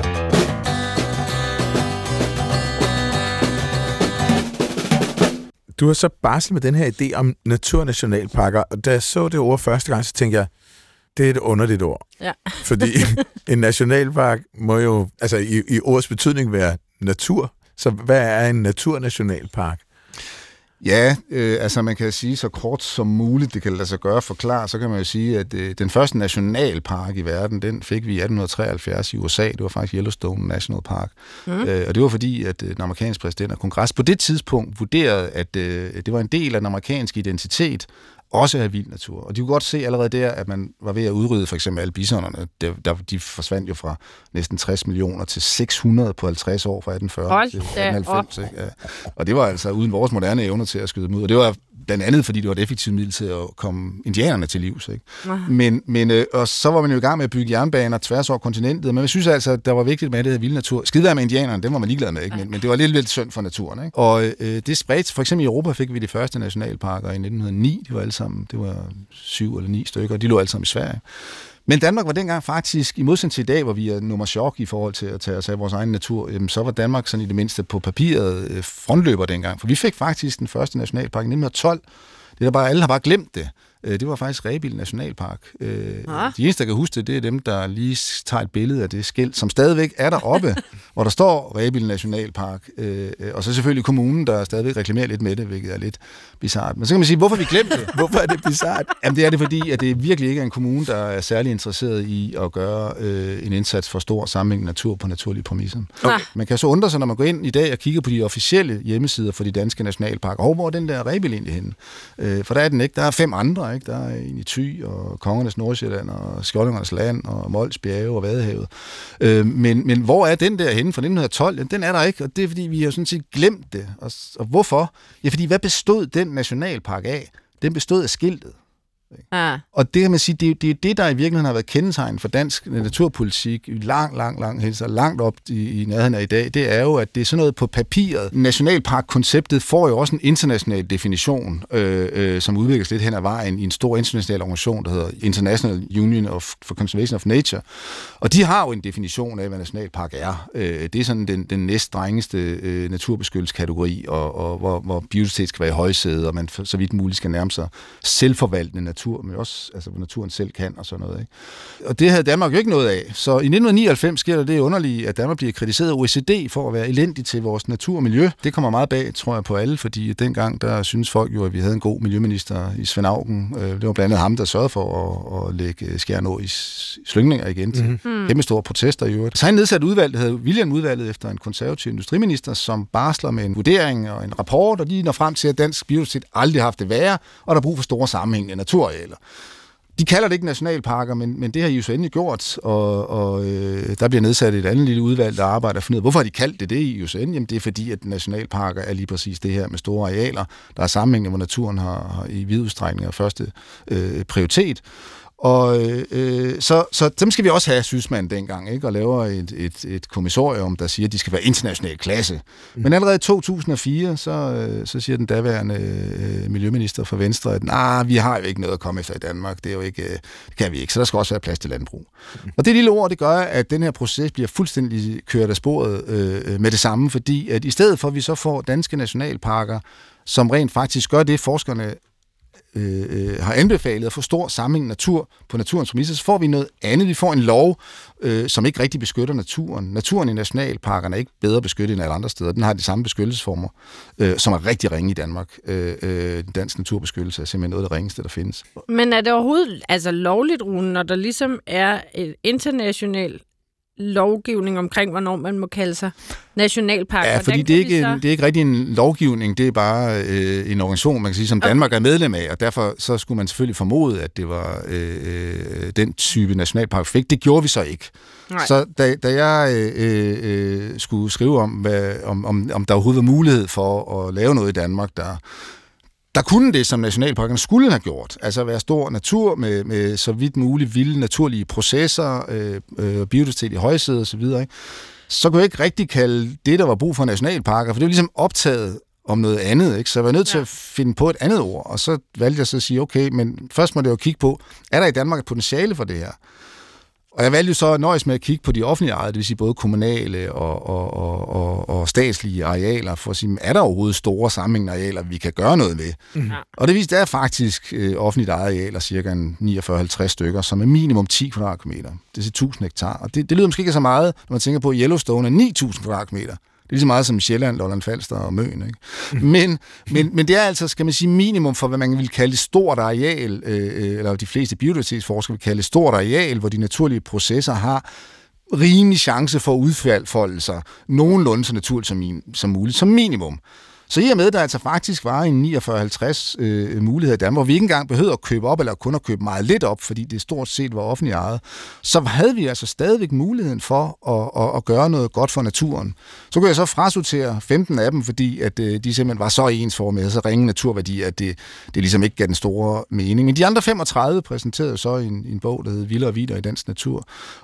Du har så barslet med den her idé om naturnationalparker, og da jeg så det ord første gang, så tænkte jeg, det er et underligt ord. Ja. Fordi en nationalpark må jo, altså i ordets betydning være natur. Så hvad er en naturnationalpark? Ja, altså man kan sige så kort som muligt, det kan lade sig gøre forklare, så kan man jo sige, at den første nationalpark i verden, den fik vi i 1873 i USA, det var faktisk Yellowstone National Park. Og det var fordi, at den amerikanske præsident og kongres på det tidspunkt vurderede, at det var en del af den amerikanske identitet, også af vild natur. Og de kunne godt se allerede der, at man var ved at udrydde for eksempel alle bisonerne. De forsvandt jo fra næsten 60 millioner til 600 på 50 år fra 1840 til 1890. Ja. Og det var altså uden vores moderne evner til at skyde dem ud. Og det var blandt andet, fordi det var et effektivt middel til at komme indianerne til livs. Ikke? Men og så var man jo i gang med at bygge jernbaner tværs over kontinentet. Men jeg synes altså, at der var vigtigt med det her vilde natur. Skidevær med indianerne, dem var man ligeglad med, ikke? Men det var lidt synd for naturen. Ikke? Og det spredte, for eksempel i Europa fik vi de første nationalparker i 1909. De var alle sammen, det var 7 eller 9 stykker, og de lå alle sammen i Sverige. Men Danmark var dengang faktisk, i modsætning til i dag, hvor vi er nummer chok i forhold til at tage os af vores egen natur, så var Danmark sådan i det mindste på papiret frontløber dengang. For vi fik faktisk den første nationalpark i 1912. Alle har bare glemt det. Det var faktisk Rebild Nationalpark. De eneste, der kan huske det er dem, der lige tager et billede af det skilt, som stadigvæk er deroppe, hvor der står Rebild Nationalpark. Og så selvfølgelig kommunen, der stadigvæk reklamerer lidt med det, hvilket er lidt bizarrt. Men så kan man sige, hvorfor vi glemte det? Hvorfor er det bizarrt? Jamen det er det, fordi at det virkelig ikke er en kommune, der er særlig interesseret i at gøre en indsats for stor sammenhængende natur på naturlige præmisser. Okay. Man kan så undre sig, når man går ind i dag og kigger på de officielle hjemmesider for de danske nationalparker. Hvor er den der Rebild egentlig henne? For der er den ikke. Der er 5 andre. Ikke? Der er en i Thy, og Kongernes Nordsjælland, og Skjoldungernes Land, og Mols Bjerge og Vadehavet. Men hvor er den der henne fra 1912? Den er der ikke, og det er fordi, vi har sådan set glemt det. Og hvorfor? Ja, fordi hvad bestod den nationalpark af? Den bestod af skiltet. Og det kan man sige, det er det, der i virkeligheden har været kendetegn for dansk naturpolitik langt op i nærheden af i dag. Det er jo, at det er sådan noget på papiret. Nationalparkkonceptet får jo også en international definition, som udvikles lidt hen ad vejen i en stor international organisation, der hedder International Union for Conservation of Nature. Og de har jo en definition af, hvad nationalpark er. Det er sådan den næststrengeste naturbeskyttelseskategori, og hvor biodiversitet skal være i højsædet, og man så vidt muligt skal nærme sig selvforvaltende natur, men også altså, hvad naturen selv kan og sådan noget. Ikke? Og det havde Danmark jo ikke noget af. Så i 1999 sker der det underlige, at Danmark bliver kritiseret af OECD for at være elendig til vores natur og miljø. Det kommer meget bag, tror jeg, på alle, fordi dengang, der synes folk jo, at vi havde en god miljøminister i Svend Auken. Det var blandt andet ham, der sørgede for at lægge Skjernå i slyngninger igen til kæmpe store protester i øvrigt. Så han nedsat udvalg, der hedder William-udvalget efter en konservativ industriminister, som barsler med en vurdering og en rapport, og de når frem til, at dansk biodiversitet aldrig har haft det værre, og der er brug for store sammenhængende naturarealer. De kalder det ikke nationalparker, men det har I jo så endelig gjort, og der bliver nedsat et andet lille udvalg, der arbejder og finder ud af, hvorfor har de kaldt det i IUCN? Jamen det er fordi, at nationalparker er lige præcis det her med store arealer, der er sammenhængende, hvor naturen har i vid udstrækning af første prioritet. Og så dem skal vi også have, synes man dengang, ikke? Og laver et kommissorium, der siger, at de skal være international klasse. Men allerede i 2004, så siger den daværende miljøminister fra Venstre, at vi har jo ikke noget at komme efter i Danmark. Det er jo ikke, det kan vi ikke, så der skal også være plads til landbrug. Og det lille ord, det gør, at den her proces bliver fuldstændig kørt af sporet med det samme, fordi at i stedet for, at vi så får danske nationalparker, som rent faktisk gør det, forskerne har anbefalet at få stor sammenhængende natur på naturens præmisser, så får vi noget andet. Vi får en lov, som ikke rigtig beskytter naturen. Naturen i nationalparkerne er ikke bedre beskyttet end alle andre steder. Den har de samme beskyttelsesformer, som er rigtig ringe i Danmark. Dansk naturbeskyttelse er simpelthen noget af det ringeste, der findes. Men er det overhovedet lovligt, Rune, når der ligesom er et internationalt lovgivning omkring, hvornår man må kalde sig nationalpark? Ja, fordi det er ikke rigtig en lovgivning, det er bare en organisation, man kan sige, som Danmark er medlem af, og derfor så skulle man selvfølgelig formode, at det var den type nationalpark fik. Det gjorde vi så ikke. Nej. Så da jeg skulle skrive om der overhovedet var mulighed for at lave noget i Danmark, der kunne det, som nationalparkerne skulle have gjort, altså være stor natur med så vidt muligt vilde naturlige processer, biodiversitet i højsædet osv., så kunne jeg ikke rigtig kalde det, der var brug for nationalparker, for det var ligesom optaget om noget andet, ikke? Så jeg var nødt til at finde på et andet ord, og så valgte jeg så at sige, okay, men først må det jo kigge på, er der i Danmark et potentiale for det her? Og jeg valgte jo så at nøjes med at kigge på de offentlige ejere, det vil sige både kommunale og statslige arealer, for at sige, er der overhovedet store sammenhængende arealer, vi kan gøre noget ved? Mm-hmm. Og det viste, der er faktisk offentligt ejede arealer, cirka 49-50 stykker, som er minimum 10 kvadratkilometer. Det er 1000 hektar. Og det lyder måske ikke så meget, når man tænker på, at Yellowstone er 9000 kvadratkilometer. Det er lige så meget som Sjælland, Lolland Falster og Møn, ikke? Men det er altså, skal man sige, minimum for, hvad man vil kalde stort areal, eller de fleste biodiversitetsforskere vil kalde stort areal, hvor de naturlige processer har rimelig chance for at udfolde sig nogenlunde så naturligt som muligt, som minimum. Så i og med, at der altså faktisk var en 49-50 mulighed i Danmark, hvor vi ikke engang behøvede at købe op, eller kun at købe meget lidt op, fordi det stort set var offentligt ejet, så havde vi altså stadigvæk muligheden for at gøre noget godt for naturen. Så kunne jeg så frasortere 15 af dem, fordi at de simpelthen var så ensformede, så ringe naturværdi, at det ligesom ikke gav den store mening. Men de andre 35 præsenterede så en bog, der hed Vilde og Vider i dansk natur,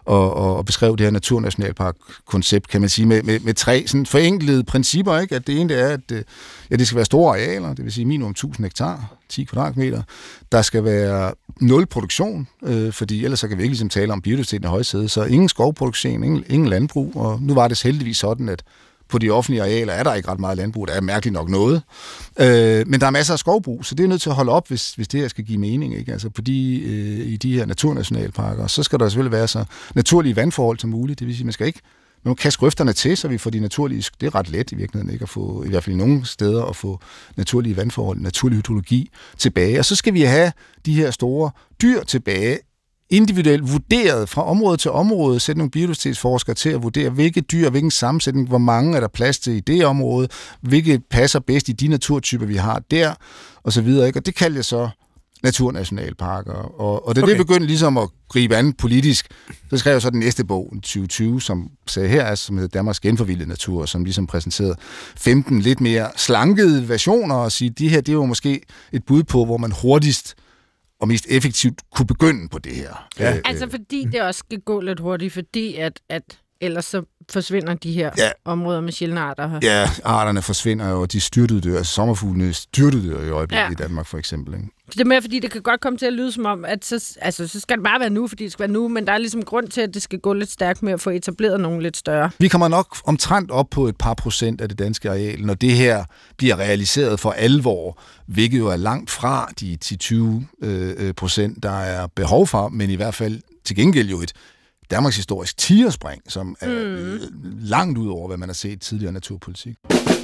og beskrev det her naturnationalpark-koncept, kan man sige, med 3 sådan forenklede principper, ikke? At det ene er, at det skal være store arealer, det vil sige minimum 1000 hektar, 10 kvadratmeter. Der skal være 0 produktion, fordi ellers så kan vi ikke ligesom tale om biodiversiteten i højsædet, så ingen skovproduktion, ingen landbrug, og nu var det heldigvis sådan, at på de offentlige arealer er der ikke ret meget landbrug, der er mærkeligt nok noget. Men der er masser af skovbrug, så det er nødt til at holde op, hvis det her skal give mening, ikke? Altså i de her naturnationalparker. Så skal der selvfølgelig være så naturlige vandforhold som muligt, det vil sige, man skal ikke kaste grøfterne til, så vi får de naturlige, det er ret let i virkeligheden, ikke, at få, i hvert fald i nogle steder, at få naturlige vandforhold, naturlig hydrologi tilbage. Og så skal vi have de her store dyr tilbage, individuelt vurderet fra område til område, sætte nogle biodiversitetsforskere til at vurdere, hvilke dyr, hvilken sammensætning, hvor mange er der plads til i det område, hvilke passer bedst i de naturtyper, vi har der, og så videre, ikke? Og det kalder jeg så naturnationalparker. Og det begyndte ligesom at gribe an politisk. Så skrev jeg så den næste bog, 2020, som sagde her, som hedder Danmarks genforvildede natur, som ligesom præsenterede 15 lidt mere slankede versioner, og sige, de her, det er jo måske et bud på, hvor man hurtigst og mest effektivt kunne begynde på det her. Ja. Altså fordi det også skal gå lidt hurtigt, fordi at ellers så forsvinder de her områder med sjældne arter her. Ja, arterne forsvinder jo, og de styrtedør. Sommerfuglene styrtedør i øjeblikket i Danmark, for eksempel. Ikke? Det er mere, fordi det kan godt komme til at lyde som om, at så skal det bare være nu, fordi det skal være nu, men der er ligesom grund til, at det skal gå lidt stærkt med at få etableret nogle lidt større. Vi kommer nok omtrent op på et par procent af det danske areal, når det her bliver realiseret for alvor, hvilket jo er langt fra de 10-20%, der er behov for, men i hvert fald til gengæld jo et Danmarks historisk tigerspring, som er langt ud over, hvad man har set tidligere naturpolitik.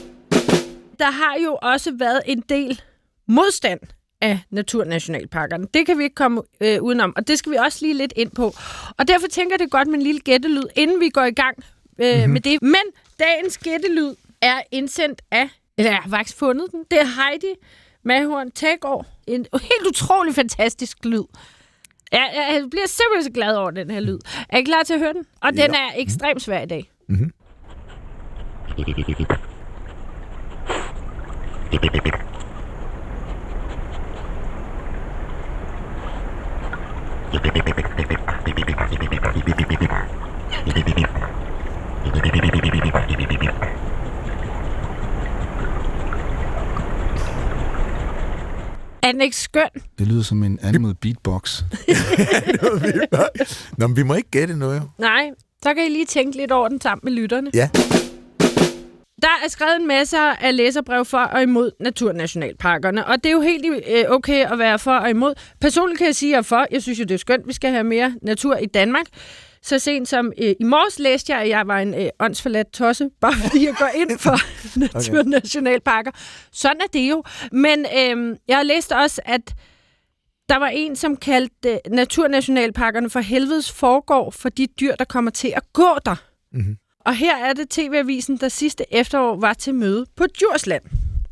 Der har jo også været en del modstand af naturnationalparkerne. Det kan vi ikke komme udenom, og det skal vi også lige lidt ind på. Og derfor tænker jeg det godt med en lille gættelyd, inden vi går i gang med det. Men dagens gættelyd er indsendt af, eller jeg har faktisk fundet den, det er Heidi Mahorn Tægaard. En helt utrolig fantastisk lyd. Jeg bliver simpelthen glad over den her lyd. Er I klar til at høre den? Og den er ekstremt svær i dag. Mm-hmm. Er den ikke skøn? Det lyder som en animal beatbox. Nå, men vi må ikke gætte noget. Nej, så kan I lige tænke lidt over den sammen med lytterne. Ja. Der er skrevet en masse af læserbrev for og imod naturnationalparkerne, og det er jo helt okay at være for og imod. Personligt kan jeg sige, at jeg er for. Jeg synes jo, det er skønt, vi skal have mere natur i Danmark. Så sent som i morges læste jeg, at jeg var en åndsforladt tosse, bare fordi jeg går ind for naturnationalparker. Sådan er det jo. Men jeg har læst også, at der var en, som kaldte naturnationalparkerne for helvedes forgård for de dyr, der kommer til at gå der. Mm-hmm. Og her er det TV-avisen, der sidste efterår var til møde på Djursland.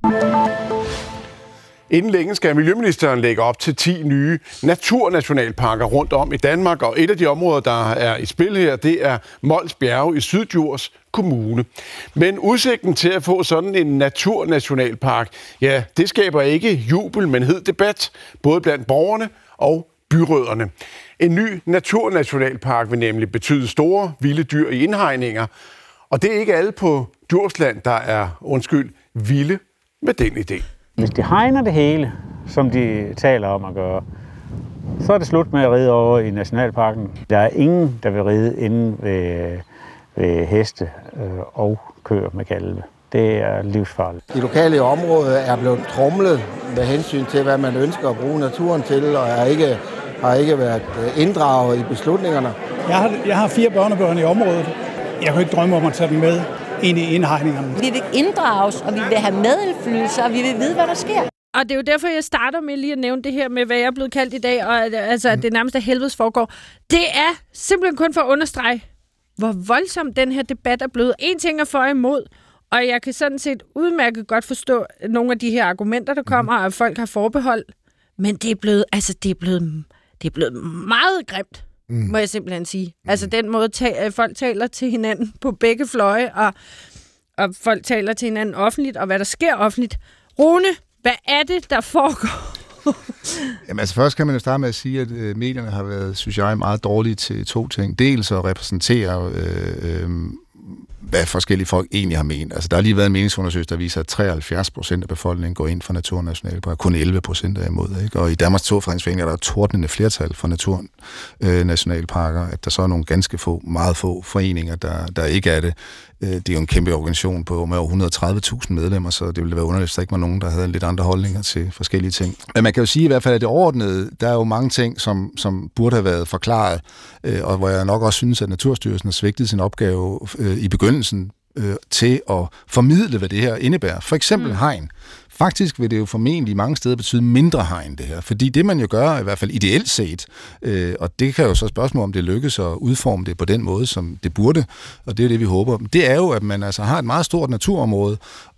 Inden længe skal miljøministeren lægge op til 10 nye naturnationalparker rundt om i Danmark, og et af de områder, der er i spil her, det er Mols Bjerge i Syddjurs Kommune. Men udsigten til at få sådan en naturnationalpark, ja, det skaber ikke jubel, men hed debat, både blandt borgerne og byrødderne. En ny naturnationalpark vil nemlig betyde store, vilde dyr i indhegninger, og det er ikke alle på Djursland, der er, vilde med den idé. Hvis de hegner det hele, som de taler om at gøre, så er det slut med at ride over i nationalparken. Der er ingen, der vil ride inde ved heste og køer med kalve. Det er livsfarligt. De lokale områder er blevet tromlet med hensyn til, hvad man ønsker at bruge naturen til, og har ikke været inddraget i beslutningerne. Jeg har 4 børnebørn i området. Jeg kunne ikke drømme om at tage dem med ind i indhegningerne. Vi vil inddrages, og vi vil have medindflydelse, og vi vil vide, hvad der sker. Og det er jo derfor, jeg starter med lige at nævne det her med, hvad jeg er blevet kaldt i dag, og at det nærmest er helvedes foregår. Det er simpelthen kun for at understrege, hvor voldsom den her debat er blevet. En ting er for og imod, og jeg kan sådan set udmærket godt forstå nogle af de her argumenter, der kommer, at folk har forbehold. Men det er blevet meget grimt, må jeg simpelthen sige. Altså den måde, folk taler til hinanden på begge fløje, og folk taler til hinanden offentligt, og hvad der sker offentligt. Rune, hvad er det, der foregår? Jamen altså først kan man jo starte med at sige, at medierne har været, synes jeg, meget dårlige til to ting. Dels at repræsentere, hvad forskellige folk egentlig har ment. Altså der har lige været en meningsundersøgelse, der viser, at 73% af befolkningen går ind for naturnationalparker. Kun 11% er imod. Ikke? Og i Danmarks Naturfredningsforening er der et tordnende flertal for naturnationalparker, at der så er nogle ganske meget få foreninger, der ikke er det. Det er jo en kæmpe organisation på med over 130.000 medlemmer, så det ville være underligt, hvis der ikke var nogen, der havde lidt andre holdninger til forskellige ting. Men man kan jo sige i hvert fald, at det overordnede, der er jo mange ting, som burde have været forklaret, og hvor jeg nok også synes, at Naturstyrelsen har svigtet sin opgave i begyndelsen til at formidle, hvad det her indebærer. For eksempel hegn. Faktisk vil det jo formentlig mange steder betyde mindre hegn, det her. Fordi det, man jo gør, i hvert fald ideelt set, og det kan jo så spørgsmål, om det lykkes at udforme det på den måde, som det burde, og det er det, vi håber. Det er jo, at man altså har et meget stort naturområde,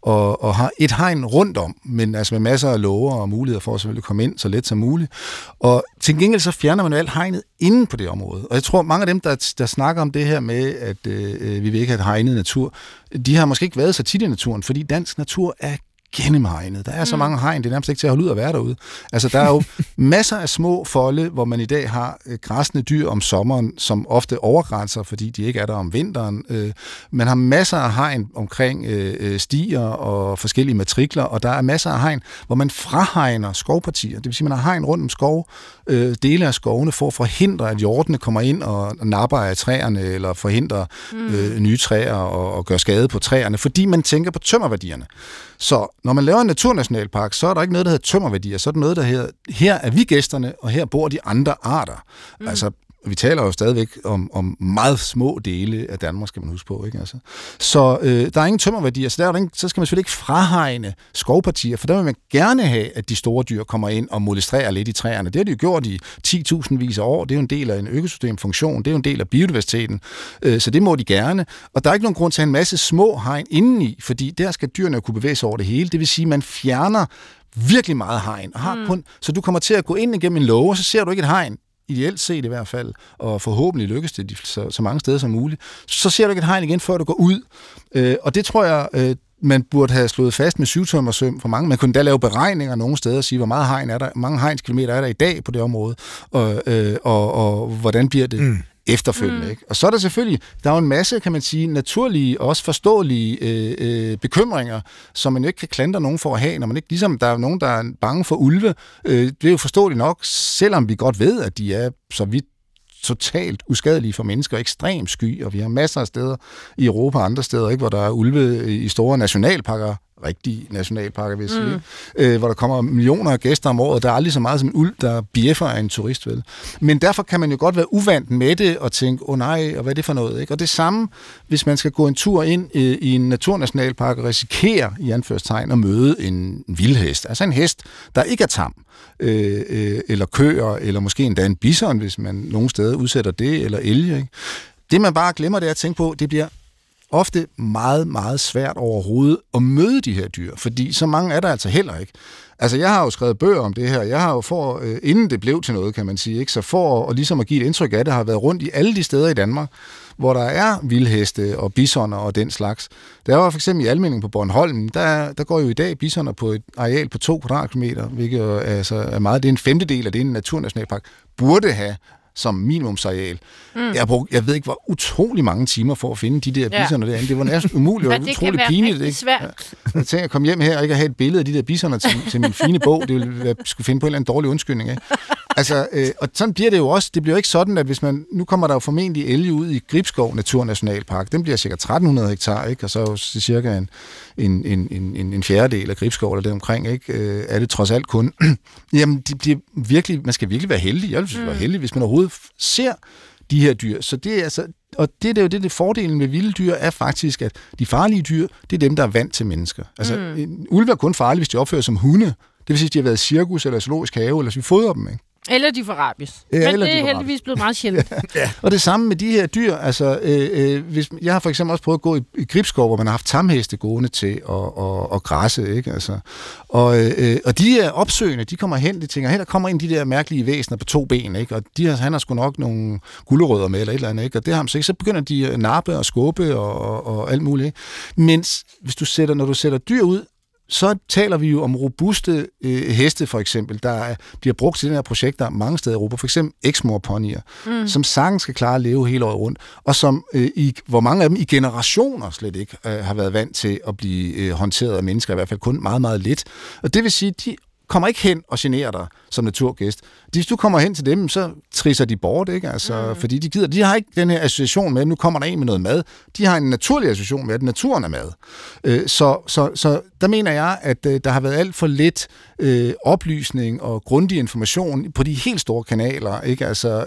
og har et hegn rundt om, men altså med masser af låger og muligheder for at selvfølgelig komme ind så let som muligt. Og til gengæld så fjerner man jo alt hegnet inde på det område. Og jeg tror, mange af dem, der snakker om det her med, at vi vil ikke have et hegnet natur, de har måske ikke været så tit i naturen, fordi dansk natur er gennemhegnet. Der er så mange hegn, det er nærmest ikke til at holde ud at være derude. Altså, der er jo masser af små folde, hvor man i dag har græssende dyr om sommeren, som ofte overgrænser, fordi de ikke er der om vinteren. Man har masser af hegn omkring stier og forskellige matrikler, og der er masser af hegn, hvor man frahegner skovpartier. Det vil sige, man har hegn rundt om dele af skovene for at forhindre, at hjortene kommer ind og napper af træerne, eller forhindrer nye træer og gør skade på træerne, fordi man tænker på tømmerværdierne. Så når man laver en naturnationalpark, så er der ikke noget, der hedder tømmerværdier. Så er der noget, der hedder, her er vi gæsterne, og her bor de andre arter. Altså, vi taler jo stadigvæk om meget små dele af Danmark, skal man huske på, ikke? Altså. Så der er ingen tømmerværdier, så skal man selvfølgelig ikke frahegne skovpartier, for der vil man gerne have, at de store dyr kommer ind og molestrerer lidt i træerne. Det har de jo gjort i 10.000 vis af år. Det er jo en del af en økosystemfunktion. Det er jo en del af biodiversiteten. Så det må de gerne. Og der er ikke nogen grund til at have en masse små hegn indeni, fordi der skal dyrene kunne bevæge sig over det hele. Det vil sige, at man fjerner virkelig meget hegn. Og har kun, så du kommer til at gå ind igennem en låge, og så ser du ikke et hegn. Ideelt set i hvert fald, og forhåbentlig lykkes det så mange steder som muligt, så ser du ikke et hegn igen, før du går ud. Og det tror jeg, man burde have slået fast med 7-tømmersøm for mange. Man kunne da lave beregninger nogle steder og sige, hvor meget hegn er der, mange hegnskilometer er der i dag på det område, og hvordan bliver det efterfølgende. Ikke? Og så er der selvfølgelig, der er jo en masse, kan man sige, naturlige og også forståelige bekymringer, som man jo ikke kan klandre nogen for at have, når man ikke, ligesom der er nogen, der er bange for ulve. Det er jo forståeligt nok, selvom vi godt ved, at de er så vidt totalt uskadelige for mennesker, ekstremt sky, og vi har masser af steder i Europa og andre steder, ikke, hvor der er ulve i store nationalparker, rigtige nationalparker, vil jeg sige, hvor der kommer millioner af gæster om året. Der er aldrig så meget som en ulv, der bjeffer af en turist, vel. Men derfor kan man jo godt være uvant med det og tænke, nej, og hvad er det for noget? Ikke? Og det samme, hvis man skal gå en tur ind i en naturnationalpark og risikere, i anførselstegn, at møde en vildhest. Altså en hest, der ikke er tam, eller køer, eller måske endda en bison, hvis man nogle steder udsætter det, eller elge. Ikke? Det, man bare glemmer, det er at tænke på, det bliver ofte meget, meget svært overhovedet at møde de her dyr, fordi så mange er der altså heller ikke. Altså, jeg har jo skrevet bøger om det her. Jeg har jo inden det blev til noget, kan man sige, ikke? Så for at ligesom at give et indtryk af det, har jeg været rundt i alle de steder i Danmark, hvor der er vildheste og bisoner og den slags. Der var for eksempel i Almindingen på Bornholm, der går jo i dag bisoner på et areal på 2 kvadratkilometer, hvilket altså er meget. Det er en femtedel af det, en naturnationalpark burde have som minimumsareal. Jeg ved ikke, hvor utrolig mange timer for at finde de der bisoner derinde. Det var næsten umuligt og utrolig pinligt. Ikke? Svært. Jeg tænkte at komme hjem her og ikke have et billede af de der bisoner til min fine bog. Det ville jeg skulle finde på en eller anden dårlig undskyldning. Ikke? Altså, og sådan bliver det jo også. Det bliver jo ikke sådan, at hvis man... Nu kommer der jo formentlig elge ud i Gribskov Naturnationalpark. Den bliver cirka 1300 hektar, ikke? Og så er jo cirka en fjerdedel af Gribskov eller det omkring, ikke? Er det trods alt kun. Jamen, de bliver virkelig... Man skal virkelig være heldig. Jeg vil være heldig, hvis man overhovedet ser de her dyr. Så det er altså, og det er jo det fordelen med vilde dyr er faktisk, at de farlige dyr, det er dem, der er vant til mennesker. Altså, en ulv er kun farlig, hvis de opfører som hunde. Det vil sige, at de har været i cirkus eller zoologisk have, eller hvis vi fodrer dem, ikke? Eller de får rabies. Ja, men det er heldigvis blevet meget sjældent. Ja. Og det samme med de her dyr. Altså, hvis, jeg har for eksempel også prøvet at gå i Gribskov, hvor man har haft tamheste gående til at græsse. Ikke? Altså, og de er opsøgende, de kommer hen, de tænker, her der kommer ind de der mærkelige væsener på 2 ben, ikke? Og han har sgu nok nogle gulerødder med, eller et eller andet, ikke? Og det har han så ikke. Så begynder de at nappe og skubbe og alt muligt. Ikke? Mens når du sætter dyr ud, så taler vi jo om robuste heste, for eksempel, der bliver brugt til den her projekter mange steder i Europa. For eksempel Exmoor-ponyer, som sagtens skal klare at leve hele året rundt, og som hvor mange af dem i generationer slet ikke har været vant til at blive håndteret af mennesker, i hvert fald kun meget, meget lidt. Og det vil sige, de kommer ikke hen og generer dig som naturgæst. Hvis du kommer hen til dem, så trisser de bort, ikke? Altså, fordi de har ikke den her association med, at nu kommer der en med noget mad. De har en naturlig association med, at naturen er mad. Så der mener jeg, at der har været alt for lidt oplysning og grundig information på de helt store kanaler, ikke? Altså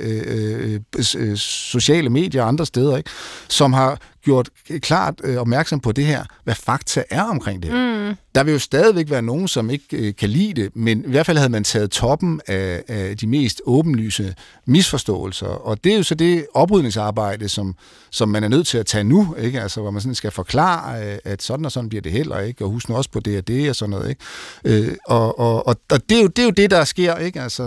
sociale medier og andre steder, ikke? Som har gjort klart opmærksom på det her, hvad fakta er omkring det her. Der vil jo stadigvæk være nogen, som ikke kan lide det, men i hvert fald havde man taget toppen af de mest åbenlyse misforståelser, og det er jo så det oprydningsarbejde, som man er nødt til at tage nu, ikke? Altså, hvor man sådan skal forklare, at sådan og sådan bliver det heller ikke, og husk nu også på det og det og sådan noget, ikke? Og det er jo det, der sker, ikke? Altså,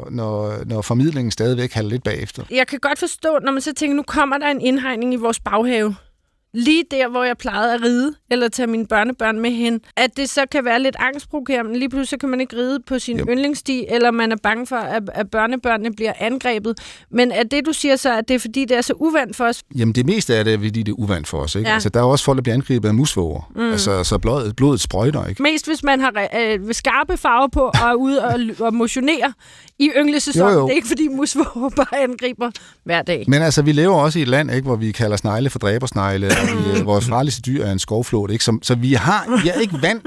når formidlingen stadigvæk halter lidt bagefter. Jeg kan godt forstå, når man så tænker, nu kommer der en indhegning i vores baghave, lige der, hvor jeg plejede at ride, eller tage mine børnebørn med hen, at det så kan være lidt angstprovokerende. Lige pludselig kan man ikke ride på sin yndlingssti, eller man er bange for, at børnebørnene bliver angrebet. Men er det, du siger så, at det er fordi, det er så uvant for os? Jamen, det meste af det er, fordi det er uvant for os, ikke? Ja. Altså, der er også folk, der bliver angrebet af musvåger. Altså, så blodet sprøjter, ikke? Mest hvis man har skarpe farver på og er ude og motionere i ynglesæsonen. Det er ikke fordi musvåger bare angriber hver dag. Men altså, vi lever også i et land, ikke, hvor vi kalder snegle for dræbersnegle, vores farligste dyr er en skovflod, ikke? Så vi er ikke vant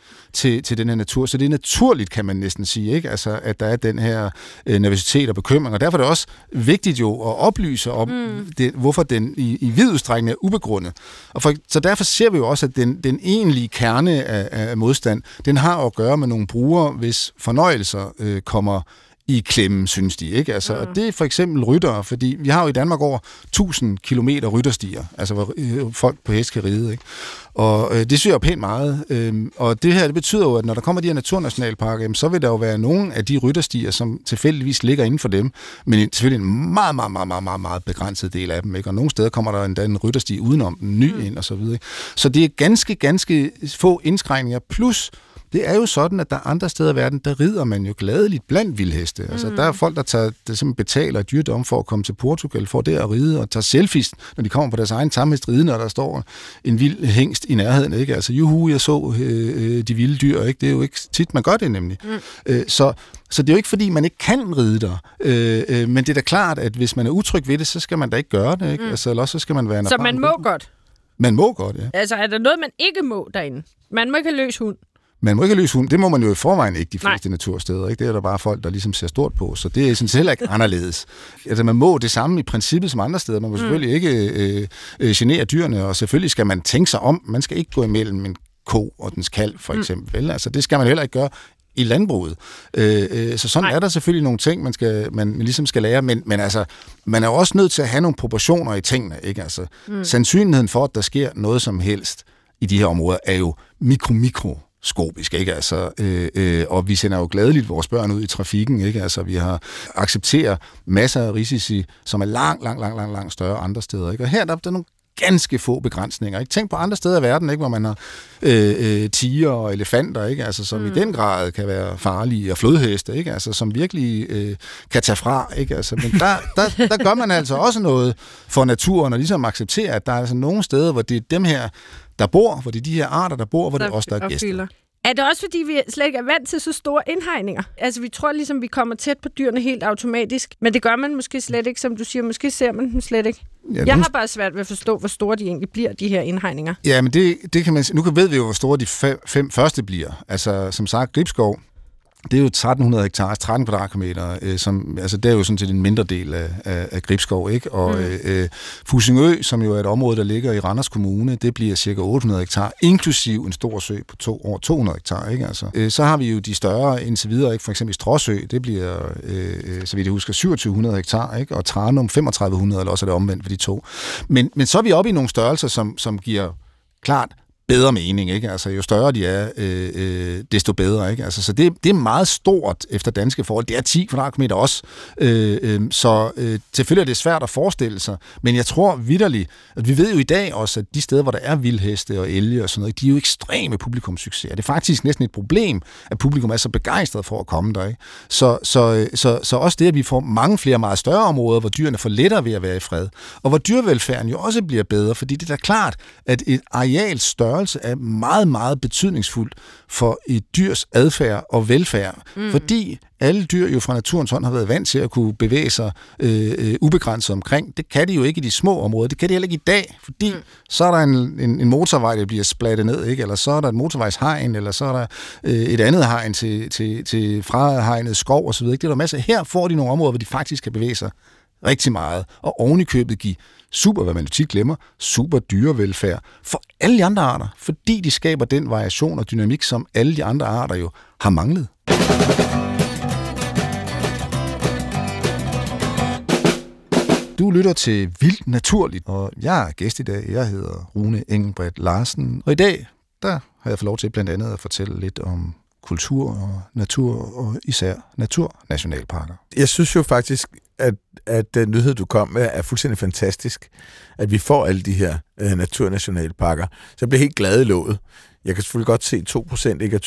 til den her natur, så det er naturligt, kan man næsten sige, ikke? Altså, at der er den her nervøsitet og bekymring, og derfor er det også vigtigt jo at oplyse om, hvorfor den i vid udstrækning er ubegrundet. Så derfor ser vi jo også, at den egentlige kerne af modstand, den har at gøre med nogle brugere, hvis fornøjelser kommer i klemme, synes de, ikke? Altså, og det er for eksempel ryttere, fordi vi har jo i Danmark over 1000 kilometer rytterstier, altså hvor folk på hest kan ride, ikke? Og det synes jeg jo pænt meget. Og det her, det betyder jo, at når der kommer de her naturnationalparker, så vil der jo være nogle af de rytterstier, som tilfældigvis ligger inden for dem, men selvfølgelig en meget, meget, meget, meget, meget, meget begrænset del af dem, ikke? Og nogle steder kommer der endda en ryttersti udenom, en ny ind og så videre. Så det er ganske, ganske få indskrænkninger, plus det er jo sådan, at der er andre steder i verden, der rider man jo gladeligt blandt vildheste. Altså, der er folk, der simpelthen betaler dyrdom for at komme til Portugal, for det at ride, og tager selfies, når de kommer på deres egen tamhest ride, når der står en vild hængst i nærheden, ikke? Altså, juhu, jeg så de vilde dyr, ikke? Det er jo ikke tit, man gør det nemlig. Så det er jo ikke, fordi man ikke kan ride der. Men det er da klart, at hvis man er utryg ved det, så skal man da ikke gøre det, ikke? Altså, eller også så skal man være en så man må godt? Man må godt, ja. Altså, er der noget, man ikke må derinde? Man må ikke have løs hund. Man må ikke have løs hund. Det må man jo i forvejen ikke de fleste natursteder, ikke? Det er der bare folk, der ligesom ser stort på, så det er sådan heller ikke anderledes. Altså, man må det samme i princippet som andre steder. Man må selvfølgelig ikke genere dyrene, og selvfølgelig skal man tænke sig om. Man skal ikke gå imellem en ko og dens kalv, for eksempel. Vel? Altså, det skal man heller ikke gøre i landbruget. Så sådan er der selvfølgelig nogle ting, man ligesom skal lære, men altså, man er jo også nødt til at have nogle proportioner i tingene, ikke? Altså, sandsynligheden for, at der sker noget som helst i de her områder, er jo mikroskopisk, ikke? Altså, og vi sender jo gladeligt vores børn ud i trafikken, ikke? Altså, vi har accepterer masser af risici, som er langt større andre steder, ikke? Og her der er nogle ganske få begrænsninger, ikke? Tænk på andre steder i verden, ikke? Hvor man har tiger og elefanter, ikke? Altså, som i den grad kan være farlige, og flodheste, ikke? Altså, som virkelig kan tage fra, ikke? Altså, men der gør man altså også noget for naturen, og ligesom accepterer, at der er altså nogle steder, hvor det er dem her, der bor, hvor det er de her arter, der bor, hvor det er os, der er gæster. Er det også, fordi vi slet ikke er vant til så store indhegninger? Altså, vi tror ligesom, vi kommer tæt på dyrene helt automatisk, men det gør man måske slet ikke, som du siger. Måske ser man dem slet ikke. Ja, jeg har bare svært ved at forstå, hvor store de egentlig bliver, de her indhegninger. Ja, men det kan man. Nu ved vi jo, hvor store de 5 første bliver. Altså, som sagt, Gribskov det er jo 1300 hektar, 13 kvadratkilometer, som, altså det er jo sådan set en mindre del af Gribskov, ikke? Og Fussingø, som jo er et område, der ligger i Randers Kommune, det bliver cirka 800 hektar, inklusiv en stor sø på over 200 hektar, ikke? Altså, så har vi jo de større indtil videre, ikke? For eksempel Stråsø, det bliver, så vidt jeg husker, 2700 hektar, ikke? Og Tranum 3500, eller også er det omvendt for de to. Men så er vi oppe i nogle størrelser, som giver klart bedre mening, ikke? Altså, jo større de er, desto bedre, ikke? Altså, så det er meget stort efter danske forhold. Det er 10 kvadratmeter også. Så selvfølgelig er det svært at forestille sig, men jeg tror vitterligt, at vi ved jo i dag også, at de steder, hvor der er vildheste og elge og sådan noget, de er jo ekstreme publikumssucceser. Det er faktisk næsten et problem, at publikum er så begejstret for at komme der, ikke? Så også det, at vi får mange flere meget større områder, hvor dyrene får lettere ved at være i fred, og hvor dyrevelfærden jo også bliver bedre, fordi det er da klart, at et areal størrelse er meget, meget betydningsfuldt for et dyrs adfærd og velfærd, fordi alle dyr jo fra naturens hånd har været vant til at kunne bevæge sig ubegrænset omkring. Det kan de jo ikke i de små områder. Det kan de heller ikke i dag, fordi så er der en motorvej, der bliver splattet ned, ikke? Eller så er der et motorvejshegn, eller så er der et andet hegn til frahegnet skov osv. Det er der masser. Her får de nogle områder, hvor de faktisk kan bevæge sig rigtig meget, og oven i købet give super, hvad man jo tit glemmer, super dyrevelfærd for alle de andre arter, fordi de skaber den variation og dynamik, som alle de andre arter jo har manglet. Du lytter til Vildt Naturligt, og jeg er gæst i dag. Jeg hedder Rune Engelbrecht Larsen, og i dag, der har jeg fået lov til blandt andet at fortælle lidt om kultur og natur, og især naturnationalparker. Jeg synes jo faktisk, at den nyhed, du kom med, er fuldstændig fantastisk. At vi får alle de her naturnationalparker. Så jeg bliver helt glad i låget. Jeg kan selvfølgelig godt se 2%, ikke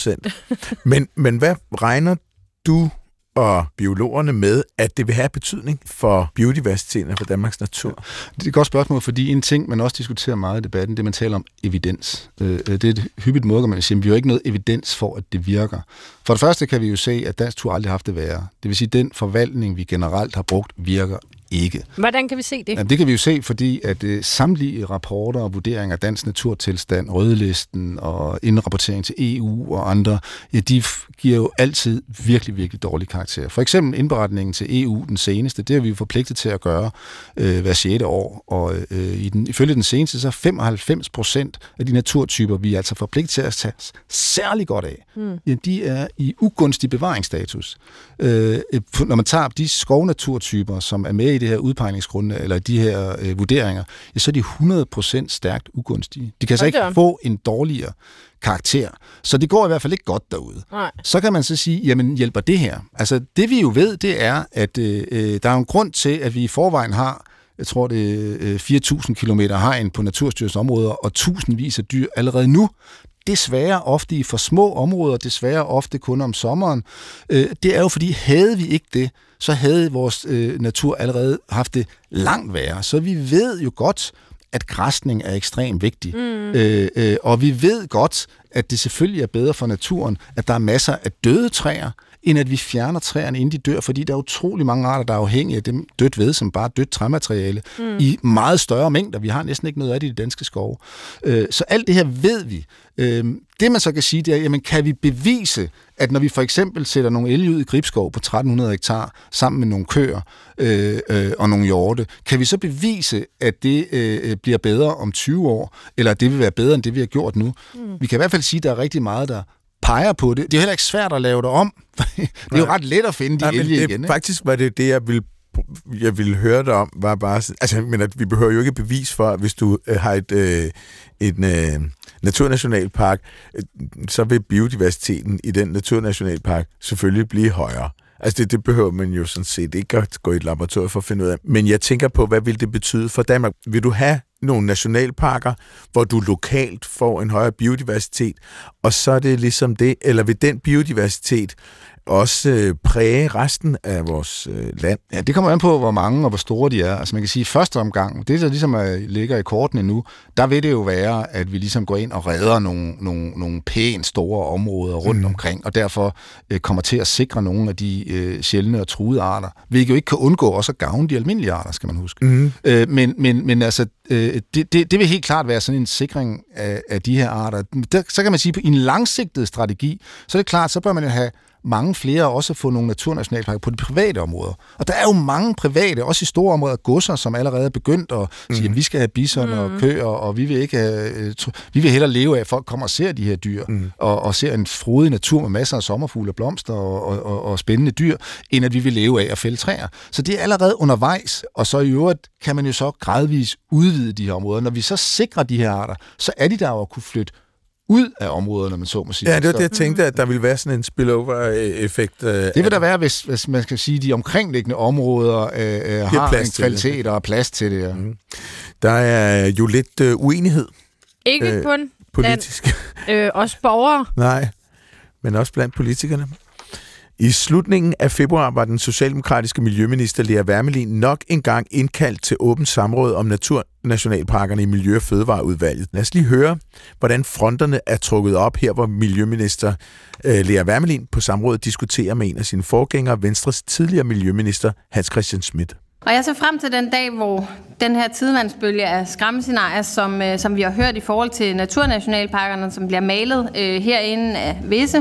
20%. Men hvad regner du og biologerne med, at det vil have betydning for biodiversiteten og for Danmarks natur? Det er et godt spørgsmål, fordi en ting, man også diskuterer meget i debatten, det man taler om evidens. Det er et hyppigt måde, man siger, at vi har ikke noget evidens for, at det virker. For det første kan vi jo se, at dansk natur aldrig har haft det værre. Det vil sige, at den forvaltning, vi generelt har brugt, virker ikke. Hvordan kan vi se det? Jamen, det kan vi jo se, fordi at samtlige rapporter og vurderinger af dansk naturtilstand, rødlisten og indrapportering til EU og andre, ja, de giver jo altid virkelig, virkelig dårlige karakterer. For eksempel indberetningen til EU, den seneste, det er vi jo forpligtet til at gøre hver 6. år. Og ifølge den seneste, så 95% af de naturtyper, vi er altså forpligtet til at tage særlig godt af, ja, de er i ugunstig bevaringsstatus. Når man tager de skovnaturtyper, som er med i det her udpegningsgrundlag, eller de her vurderinger, ja, så er de 100% stærkt ugunstige. De kan så ikke få en dårligere karakter. Så det går i hvert fald ikke godt derude. Nej. Så kan man så sige, jamen hjælper det her? Altså det vi jo ved, det er, at der er en grund til, at vi i forvejen har, jeg tror det er 4.000 kilometer hegn på Naturstyrelsens områder, og tusindvis af dyr allerede nu. Desværre ofte i for små områder, desværre ofte kun om sommeren. Det er jo fordi, havde vi ikke det, så havde vores natur allerede haft det langt værre. Så vi ved jo godt, at græsning er ekstremt vigtig. Og vi ved godt, at det selvfølgelig er bedre for naturen, at der er masser af døde træer, end at vi fjerner træerne, inden de dør, fordi der er utrolig mange arter, der er afhængige af dem dødt ved, som bare dødt træmateriale, i meget større mængder. Vi har næsten ikke noget af det i de danske skove. Så alt det her ved vi. Det man så kan sige, det er, jamen kan vi bevise, at når vi for eksempel sætter nogle elge ud i Gribskov på 1300 hektar, sammen med nogle køer og nogle hjorte, kan vi så bevise, at det bliver bedre om 20 år, eller at det vil være bedre, end det vi har gjort nu? Vi kan i hvert fald sige, at der er rigtig meget, der peger på det. Det er heller ikke svært at lave det om. Det er jo ret let at finde de elge igen. Ikke? Faktisk var det, jeg ville høre dig om, var bare... Altså, men at vi behøver jo ikke bevis for, at hvis du har en naturnationalpark, så vil biodiversiteten i den naturnationalpark selvfølgelig blive højere. Altså det behøver man jo sådan set ikke at gå i et laboratorium for at finde ud af. Men jeg tænker på, hvad vil det betyde for Danmark? Vil du have nogle nationalparker, hvor du lokalt får en højere biodiversitet, og så er det ligesom det, eller vil den biodiversitet også præge resten af vores land? Ja, det kommer an på, hvor mange og hvor store de er. Altså man kan sige, at første omgang, det der ligesom ligger i kortene nu, der vil det jo være, at vi ligesom går ind og redder nogle pænt store områder rundt omkring, og derfor kommer til at sikre nogle af de sjældne og truede arter, hvilket jo ikke kan undgå også at gavne de almindelige arter, skal man huske. Men altså, det vil helt klart være sådan en sikring af de her arter. Så kan man sige, at i en langsigtet strategi, så er det klart, så bør man jo have mange flere også at få nogle naturnationalparker på de private områder. Og der er jo mange private, også i store områder, godser, som allerede er begyndt at sige, at vi skal have bison og køer, og vi vil ikke have, vi vil hellere leve af, at folk kommer og ser de her dyr, og ser en frodig natur med masser af sommerfugle og blomster og spændende dyr, end at vi vil leve af at fælde træer. Så det er allerede undervejs, og så i øvrigt kan man jo så gradvist udvide de her områder. Når vi så sikrer de her arter, så er de der jo at kunne flytte ud af områderne, man så må sige. Ja, det var det, jeg tænkte, at der ville være sådan en spillover-effekt. Det vil der være, hvis man skal sige, de omkringliggende områder har en kvalitet og plads til det. Ja. Der er jo lidt uenighed. Ikke kun politisk. Også borgere. Nej, men også blandt politikerne. I slutningen af februar var den socialdemokratiske miljøminister Lea Wermelin nok engang indkaldt til åbent samråd om naturnationalparkerne i Miljø- og Fødevareudvalget. Lad os lige høre, hvordan fronterne er trukket op her, hvor miljøminister Lea Wermelin på samrådet diskuterer med en af sine forgængere, Venstres tidligere miljøminister Hans Christian Schmidt. Og jeg ser frem til den dag, hvor den her tidevandsbølge af skræmmescenarier, som vi har hørt i forhold til naturnationalparkerne, som bliver malet herinde af visse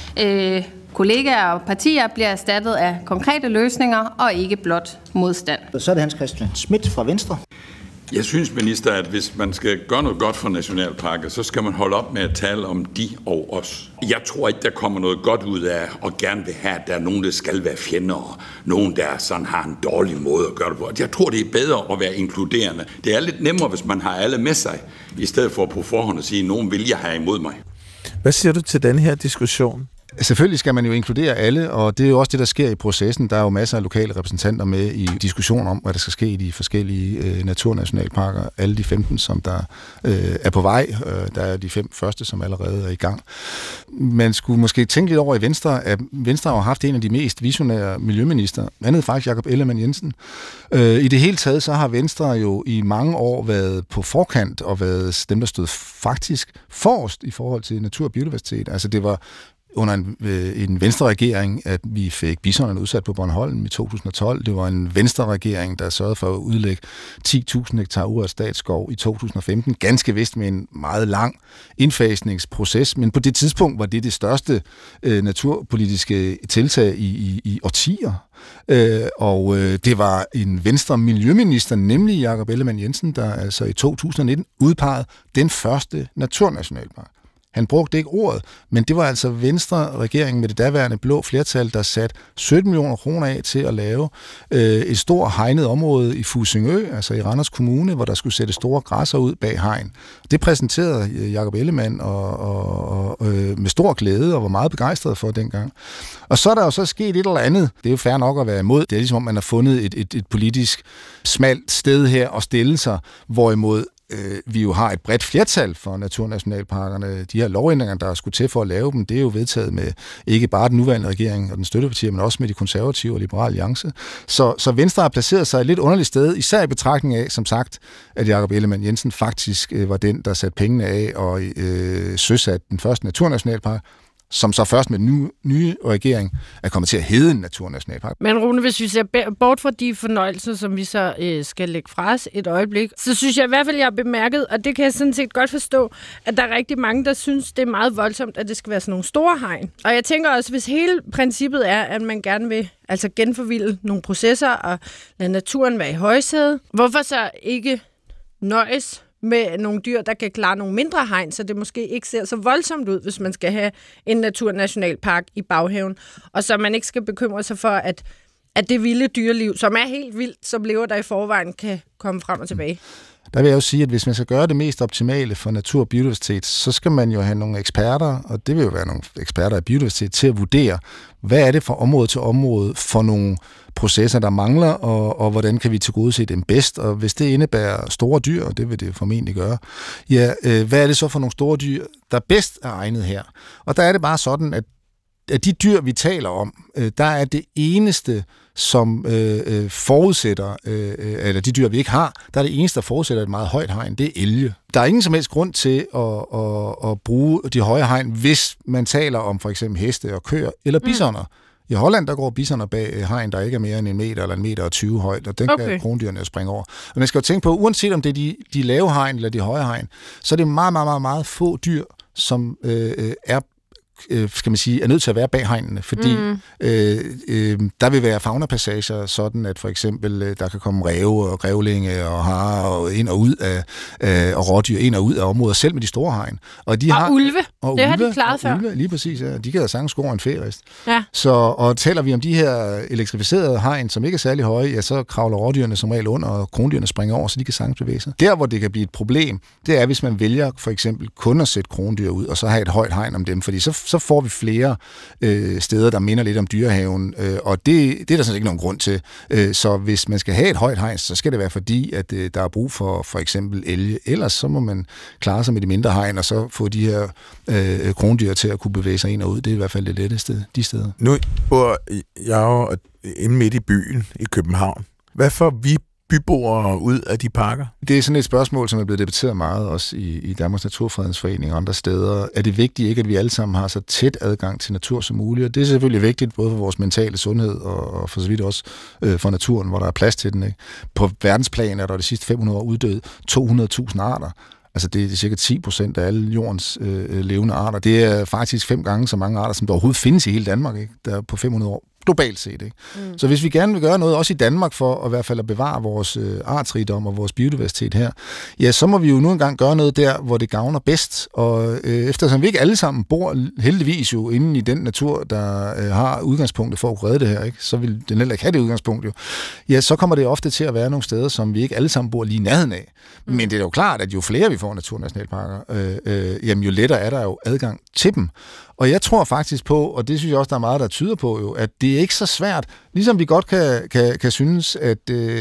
kollegaer og partier, bliver erstattet af konkrete løsninger og ikke blot modstand. Så er det Hans Christian Schmidt fra Venstre. Jeg synes, minister, at hvis man skal gøre noget godt for nationalparker, så skal man holde op med at tale om de og os. Jeg tror ikke, der kommer noget godt ud af og gerne vil have, at der er nogen, der skal være fjender, og nogen, der sådan har en dårlig måde at gøre det på. Jeg tror, det er bedre at være inkluderende. Det er lidt nemmere, hvis man har alle med sig, i stedet for på forhånd at sige, at nogen vil jeg have imod mig. Hvad siger du til den her diskussion? Selvfølgelig skal man jo inkludere alle, og det er jo også det, der sker i processen. Der er jo masser af lokale repræsentanter med i diskussion om, hvad der skal ske i de forskellige naturnationalparker. Alle de 15, som der er på vej. Der er de 5 første, som allerede er i gang. Man skulle måske tænke lidt over i Venstre, at Venstre har haft en af de mest visionære miljøminister. Andet faktisk Jakob Ellemann-Jensen. I det hele taget, så har Venstre jo i mange år været på forkant og været dem, der stod faktisk forrest i forhold til natur og biodiversitet. Altså det var under en Venstre-regering, at vi fik bisonerne udsat på Bornholm i 2012. Det var en Venstre-regering, der sørgede for at udlægge 10.000 hektar urørt statsskov i 2015. Ganske vist med en meget lang indfasningsproces, men på det tidspunkt var det største naturpolitiske tiltag i årtier. Og det var en Venstre-miljøminister, nemlig Jakob Ellemann-Jensen, der altså i 2019 udpegede den første naturnationalpark. Han brugte ikke ordet, men det var altså Venstre-regeringen med det daværende blå flertal, der satte 17 millioner kroner af til at lave et stort hegnet område i Fussingø, altså i Randers Kommune, hvor der skulle sætte store græsser ud bag hegn. Det præsenterede Jakob Ellemann og med stor glæde og var meget begejstret for dengang. Og så er der jo så sket et eller andet. Det er jo fair nok at være imod. Det er ligesom, om man har fundet et politisk smalt sted her at stille sig, hvorimod vi jo har et bredt flertal for naturnationalparkerne. De her lovændringer, der skulle til for at lave dem, det er jo vedtaget med ikke bare den nuværende regering og den støttepartier, men også med de konservative og liberale alliance. Så Venstre har placeret sig et lidt underligt sted, især i betragtning af, som sagt, at Jakob Ellemann-Jensen faktisk var den, der satte pengene af og søsatte den første naturnationalpark, som så først med den nye regering er kommet til at hedde en naturnationalpark. Men Rune, hvis vi ser bort fra de fornøjelser, som vi så skal lægge fra os et øjeblik, så synes jeg i hvert fald, jeg har bemærket, og det kan jeg sådan set godt forstå, at der er rigtig mange, der synes, det er meget voldsomt, at det skal være sådan nogle store hegn. Og jeg tænker også, hvis hele princippet er, at man gerne vil altså genforvilde nogle processer og lade naturen være i højsædet, hvorfor så ikke nøjes med nogle dyr, der kan klare nogle mindre hegn, så det måske ikke ser så voldsomt ud, hvis man skal have en naturnationalpark i baghaven, og så man ikke skal bekymre sig for, at det vilde dyreliv, som er helt vildt, som lever der i forvejen, kan komme frem og tilbage. Der vil jeg jo sige, at hvis man skal gøre det mest optimale for natur og biodiversitet, så skal man jo have nogle eksperter, og det vil jo være nogle eksperter af biodiversitet, til at vurdere, hvad er det fra område til område for nogle processer, der mangler, og hvordan kan vi tilgodese dem bedst. Og hvis det indebærer store dyr, og det vil det formentlig gøre, ja, hvad er det så for nogle store dyr, der bedst er egnet her? Og der er det bare sådan, at de dyr, vi taler om, der er det eneste, som forudsætter, eller de dyr, vi ikke har, der er det eneste, der forudsætter et meget højt hegn, det er elge. Der er ingen som helst grund til at bruge de høje hegn, hvis man taler om for eksempel heste og køer eller bisoner. I Holland, der går bisoner bag hegn, der ikke er mere end 1 meter eller 1,20 meter højt, og den kan krondyrene springe over. Men man skal jo tænke på, uanset om det er de lave hegn eller de høje hegn, så er det meget, meget, meget, meget få dyr, som er skal man sige, er nødt til at være bag hegnene, fordi der vil være faunapassager, sådan at for eksempel der kan komme ræve og grævlinge og harer og ind og ud og rådyr ind og ud af områder, selv med de store hegn. Og ulve. Det har de klaret før. Ulve, lige præcis, ja. De kan da sagtens score en færist. Ja. Og taler vi om de her elektrificerede hegn, som ikke er særlig høje, ja, så kravler rådyrene som regel under, og krondyrene springer over, så de kan sagtens bevæge sig. Der, hvor det kan blive et problem, det er, hvis man vælger for eksempel kun at sætte krondyr ud, og så have et højt hegn om dem, fordi så får vi flere steder, der minder lidt om dyrehaven, og det er der sådan ikke nogen grund til. Så hvis man skal have et højt hegn, så skal det være fordi, at der er brug for eksempel elge. Ellers så må man klare sig med de mindre hegn, og så få de her krondyr til at kunne bevæge sig ind og ud. Det er i hvert fald det letteste de steder. Nu bor jeg jo inde midt i byen i København. Hvad får vi byboere ud af de parker? Det er sådan et spørgsmål, som er blevet debatteret meget også i Danmarks Naturfredningsforening og andre steder. Er det vigtigt ikke, at vi alle sammen har så tæt adgang til natur som muligt? Og det er selvfølgelig vigtigt, både for vores mentale sundhed og for så vidt også for naturen, hvor der er plads til den. Ikke? På verdensplan er der de sidste 500 år uddøet 200.000 arter. Altså det er cirka 10% af alle jordens levende arter. Det er faktisk 5 gange så mange arter, som der overhovedet findes i hele Danmark, ikke? Der er på 500 år. Globalt set, ikke? Så hvis vi gerne vil gøre noget, også i Danmark, for at i hvert fald at bevare vores artsrigdom og vores biodiversitet her, ja, så må vi jo nu engang gøre noget der, hvor det gavner bedst. Og eftersom vi ikke alle sammen bor heldigvis jo inde i den natur, der har udgangspunktet for at redde det her, ikke? Så vil den heller ikke have det udgangspunkt jo. Ja, så kommer det ofte til at være nogle steder, som vi ikke alle sammen bor lige i nærheden af. Men det er jo klart, at jo flere vi får naturnationalparker, jamen jo lettere er der jo adgang til dem. Og jeg tror faktisk på, og det synes jeg også, der er meget, der tyder på jo, at det er ikke så svært, ligesom vi godt kan synes, at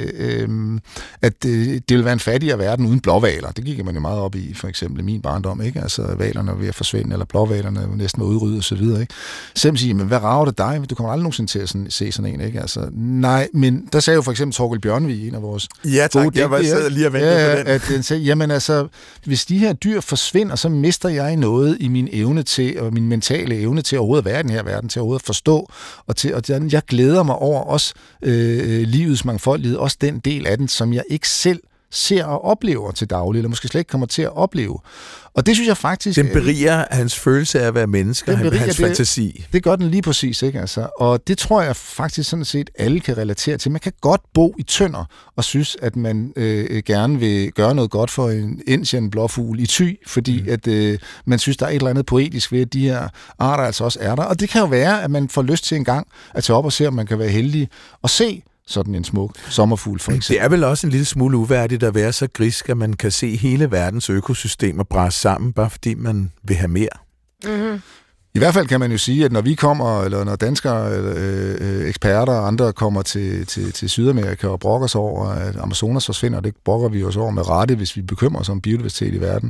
det vil være en fattigere verden uden blåhvaler. Det gik man jo meget op i, for eksempel i min barndom, ikke? Altså hvalerne er ved at forsvinde, eller blåhvalerne næsten var udryddet og så videre, ikke? Selv siger, men hvad rager det dig? Du kommer aldrig nogensinde til at se sådan en, ikke? Altså, nej, men der sagde jo for eksempel Torkel Bjørnevig, en af vores ja, tak, jeg var lige at vente på den. At den sagde, jamen altså, hvis de her dyr forsvinder, så mister jeg noget i min evne til, og min mentale evne til overhovedet at være i den her verden, til overhovedet at forstå, og jeg glæder mig over også livets mangfoldighed, også den del af den, som jeg ikke selv ser og oplever til daglig, eller måske slet ikke kommer til at opleve. Og det synes jeg faktisk... Den beriger hans følelse af at være menneske, hans fantasi. Det gør den lige præcis, ikke? Altså, og det tror jeg faktisk sådan set, alle kan relatere til. Man kan godt bo i Tønder og synes, at man gerne vil gøre noget godt for en Indian blåfugl i Thy, fordi at man synes, der er et eller andet poetisk ved, at de her arter altså også er der. Og det kan jo være, at man får lyst til en gang at tage op og se, om man kan være heldig og se sådan en smuk sommerfugl, for eksempel. Det er vel også en lille smule uværdigt at være så grisk, at man kan se hele verdens økosystemer brase sammen, bare fordi man vil have mere. Mm-hmm. I hvert fald kan man jo sige, at når vi kommer, eller når danskere, eksperter og andre kommer til Sydamerika og brokker sig over, at Amazonas forsvinder, det brokker vi os over med rette, hvis vi bekymrer os om biodiversitet i verden,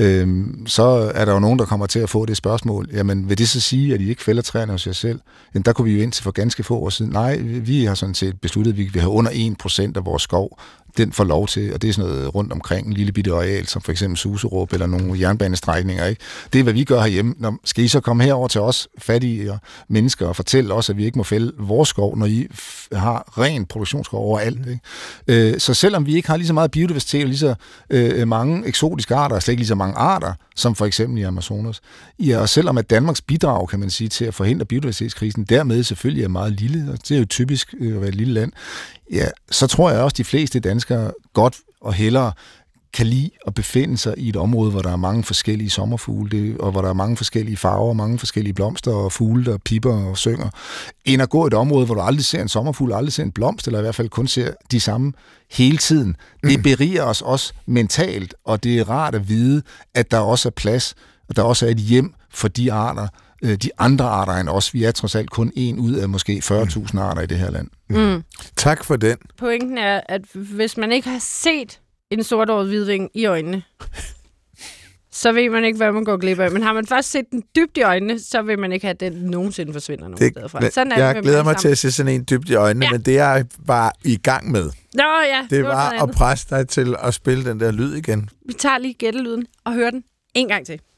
så er der jo nogen, der kommer til at få det spørgsmål, jamen vil det så sige, at I ikke fælder træerne hos jer selv? Jamen der kunne vi jo indtil for ganske få år siden. Nej, vi har sådan set besluttet, at vi vil have under 1% af vores skov, den får lov til, og det er sådan noget rundt omkring en lille bitte areal, som for eksempel Suserup eller nogle jernbanestrækninger, ikke? Det er, hvad vi gør herhjemme. Skal I så komme herover til os fattige mennesker og fortælle os, at vi ikke må fælde vores skov, når I har ren produktionsskov overalt, ikke? Så selvom vi ikke har lige så meget biodiversitet og lige så mange eksotiske arter, og slet ikke lige så mange arter, som for eksempel i Amazonas, ja, og selvom at Danmarks bidrag, kan man sige, til at forhindre biodiversitetskrisen, dermed selvfølgelig er meget lille, og det er jo typisk at være et lille land, ja, så tror jeg også, at de fleste danskere godt og hellere kan lide at befinde sig i et område, hvor der er mange forskellige sommerfugle, og hvor der er mange forskellige farver, mange forskellige blomster og fugle, der pipper og synger, end at gå i et område, hvor du aldrig ser en sommerfugl, aldrig ser en blomst, eller i hvert fald kun ser de samme hele tiden. Det beriger os også mentalt, og det er rart at vide, at der også er plads, og der også er et hjem for de arter, de andre arter end os. Vi er trods alt kun en ud af måske 40.000 arter i det her land. Mm. Tak for den. Pointen er, at hvis man ikke har set en sorthåret hvidving i øjnene, så ved man ikke, hvad man går glip af. Men har man først set den dybt i øjnene, så vil man ikke have, at den nogensinde forsvinder nogen steder fra. Sådan er jeg glæder mig til at se sådan en dybt i øjnene, ja. Men det jeg var i gang med, Nå, ja, det var at presse dig til at spille den der lyd igen. Vi tager lige gættelyden og hører den en gang til.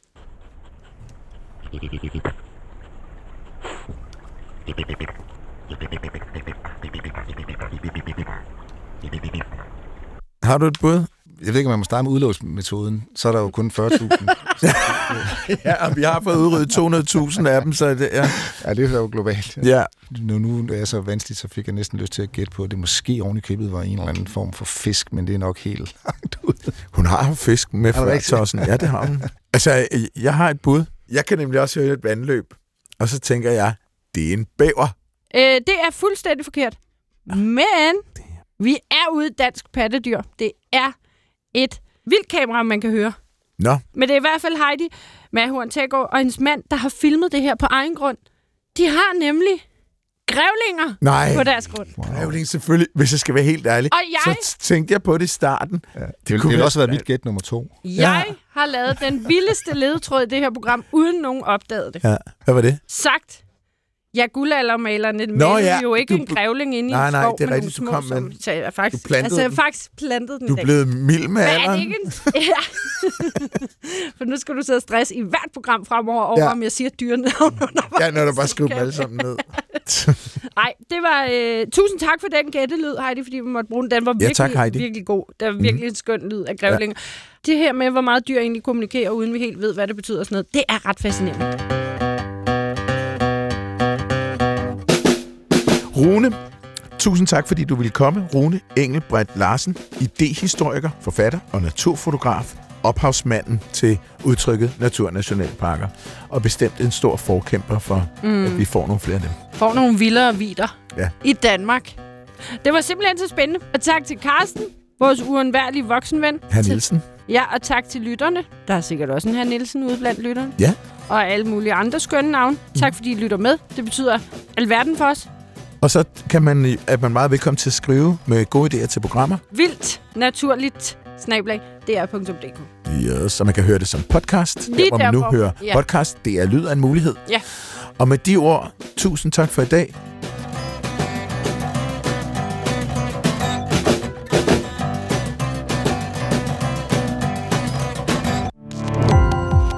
Har du et bud? Jeg ved ikke, om man må starte med udlåsmetoden. Så er der jo kun 40.000. Ja, og vi har fået udryddet 200.000 af dem, så det er... Ja, det er jo globalt. Ja. Nu er jeg så vanskeligt, så fik jeg næsten lyst til at gætte på, at det måske oven i købet var en eller anden form for fisk, men det er nok helt langt ud. Hun har haft fisk med før, Tossen. Ja, det har hun. Altså, jeg har et bud. Jeg kan nemlig også høre et vandløb, og så tænker jeg, det er en bæver. Det er fuldstændig forkert. Men vi er ude i dansk pattedyr. Det er et vildkamera, man kan høre. Nå. Men det er i hvert fald Heidi Mahorn Tægaard og hendes mand, der har filmet det her på egen grund. De har nemlig grævlinger på deres grund. Grævling selvfølgelig, hvis jeg skal være helt ærlig. Og så tænkte jeg på det i starten. Ja, det ville også være mit gæt nummer 2. Jeg har lavet den vildeste ledetråd i det her program, uden nogen opdagede det. Ja. Hvad var det? Sagt. Ja, guldaldermalerne malede jo ikke en grævling inde i en skov det er med rigtigt, små, du kom med. så jeg faktisk, du plantede jeg faktisk plantede den. Du er blevet mild med alderen. Ikke en... Ja. For nu skal du sidde og stresse i hvert program fremover over, om jeg siger dyrenavn undervejs. Ja, når du bare skriver dem alle sammen ned. Nej, det var... tusind tak for den gættelyd, Heidi, fordi vi måtte bruge den. Den var virkelig, virkelig god. Der var virkelig en skøn lyd af grævlinger. Ja. Det her med, hvor meget dyr egentlig kommunikerer, uden vi helt ved, hvad det betyder og sådan noget, det er ret fascinerende. Rune, tusind tak, fordi du ville komme. Rune Engelbrecht Larsen, idehistoriker, forfatter og naturfotograf, ophavsmanden til udtrykket naturnationalparker, og bestemt en stor forkæmper for, at vi får nogle flere af dem. Får nogle vildere vidder i Danmark. Det var simpelthen så spændende. Og tak til Carsten, vores uundværlige voksenven. Hr. Nielsen. Ja, og tak til lytterne. Der er sikkert også en Hr. Nielsen ude blandt lytterne. Ja. Og alle mulige andre skønne navne. Tak fordi I lytter med. Det betyder alverden for os. Og så er man meget velkommen til at skrive med gode idéer til programmer. Vildt, naturligt, @dr.dk. Ja, så man kan høre det som podcast. Der, hvor man nu hører podcast, det er lyd af en mulighed. Ja. Og med de ord, tusind tak for i dag.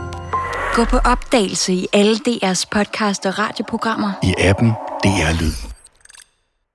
Gå på opdagelse i alle DR's podcast og radioprogrammer. I appen DR Lyd.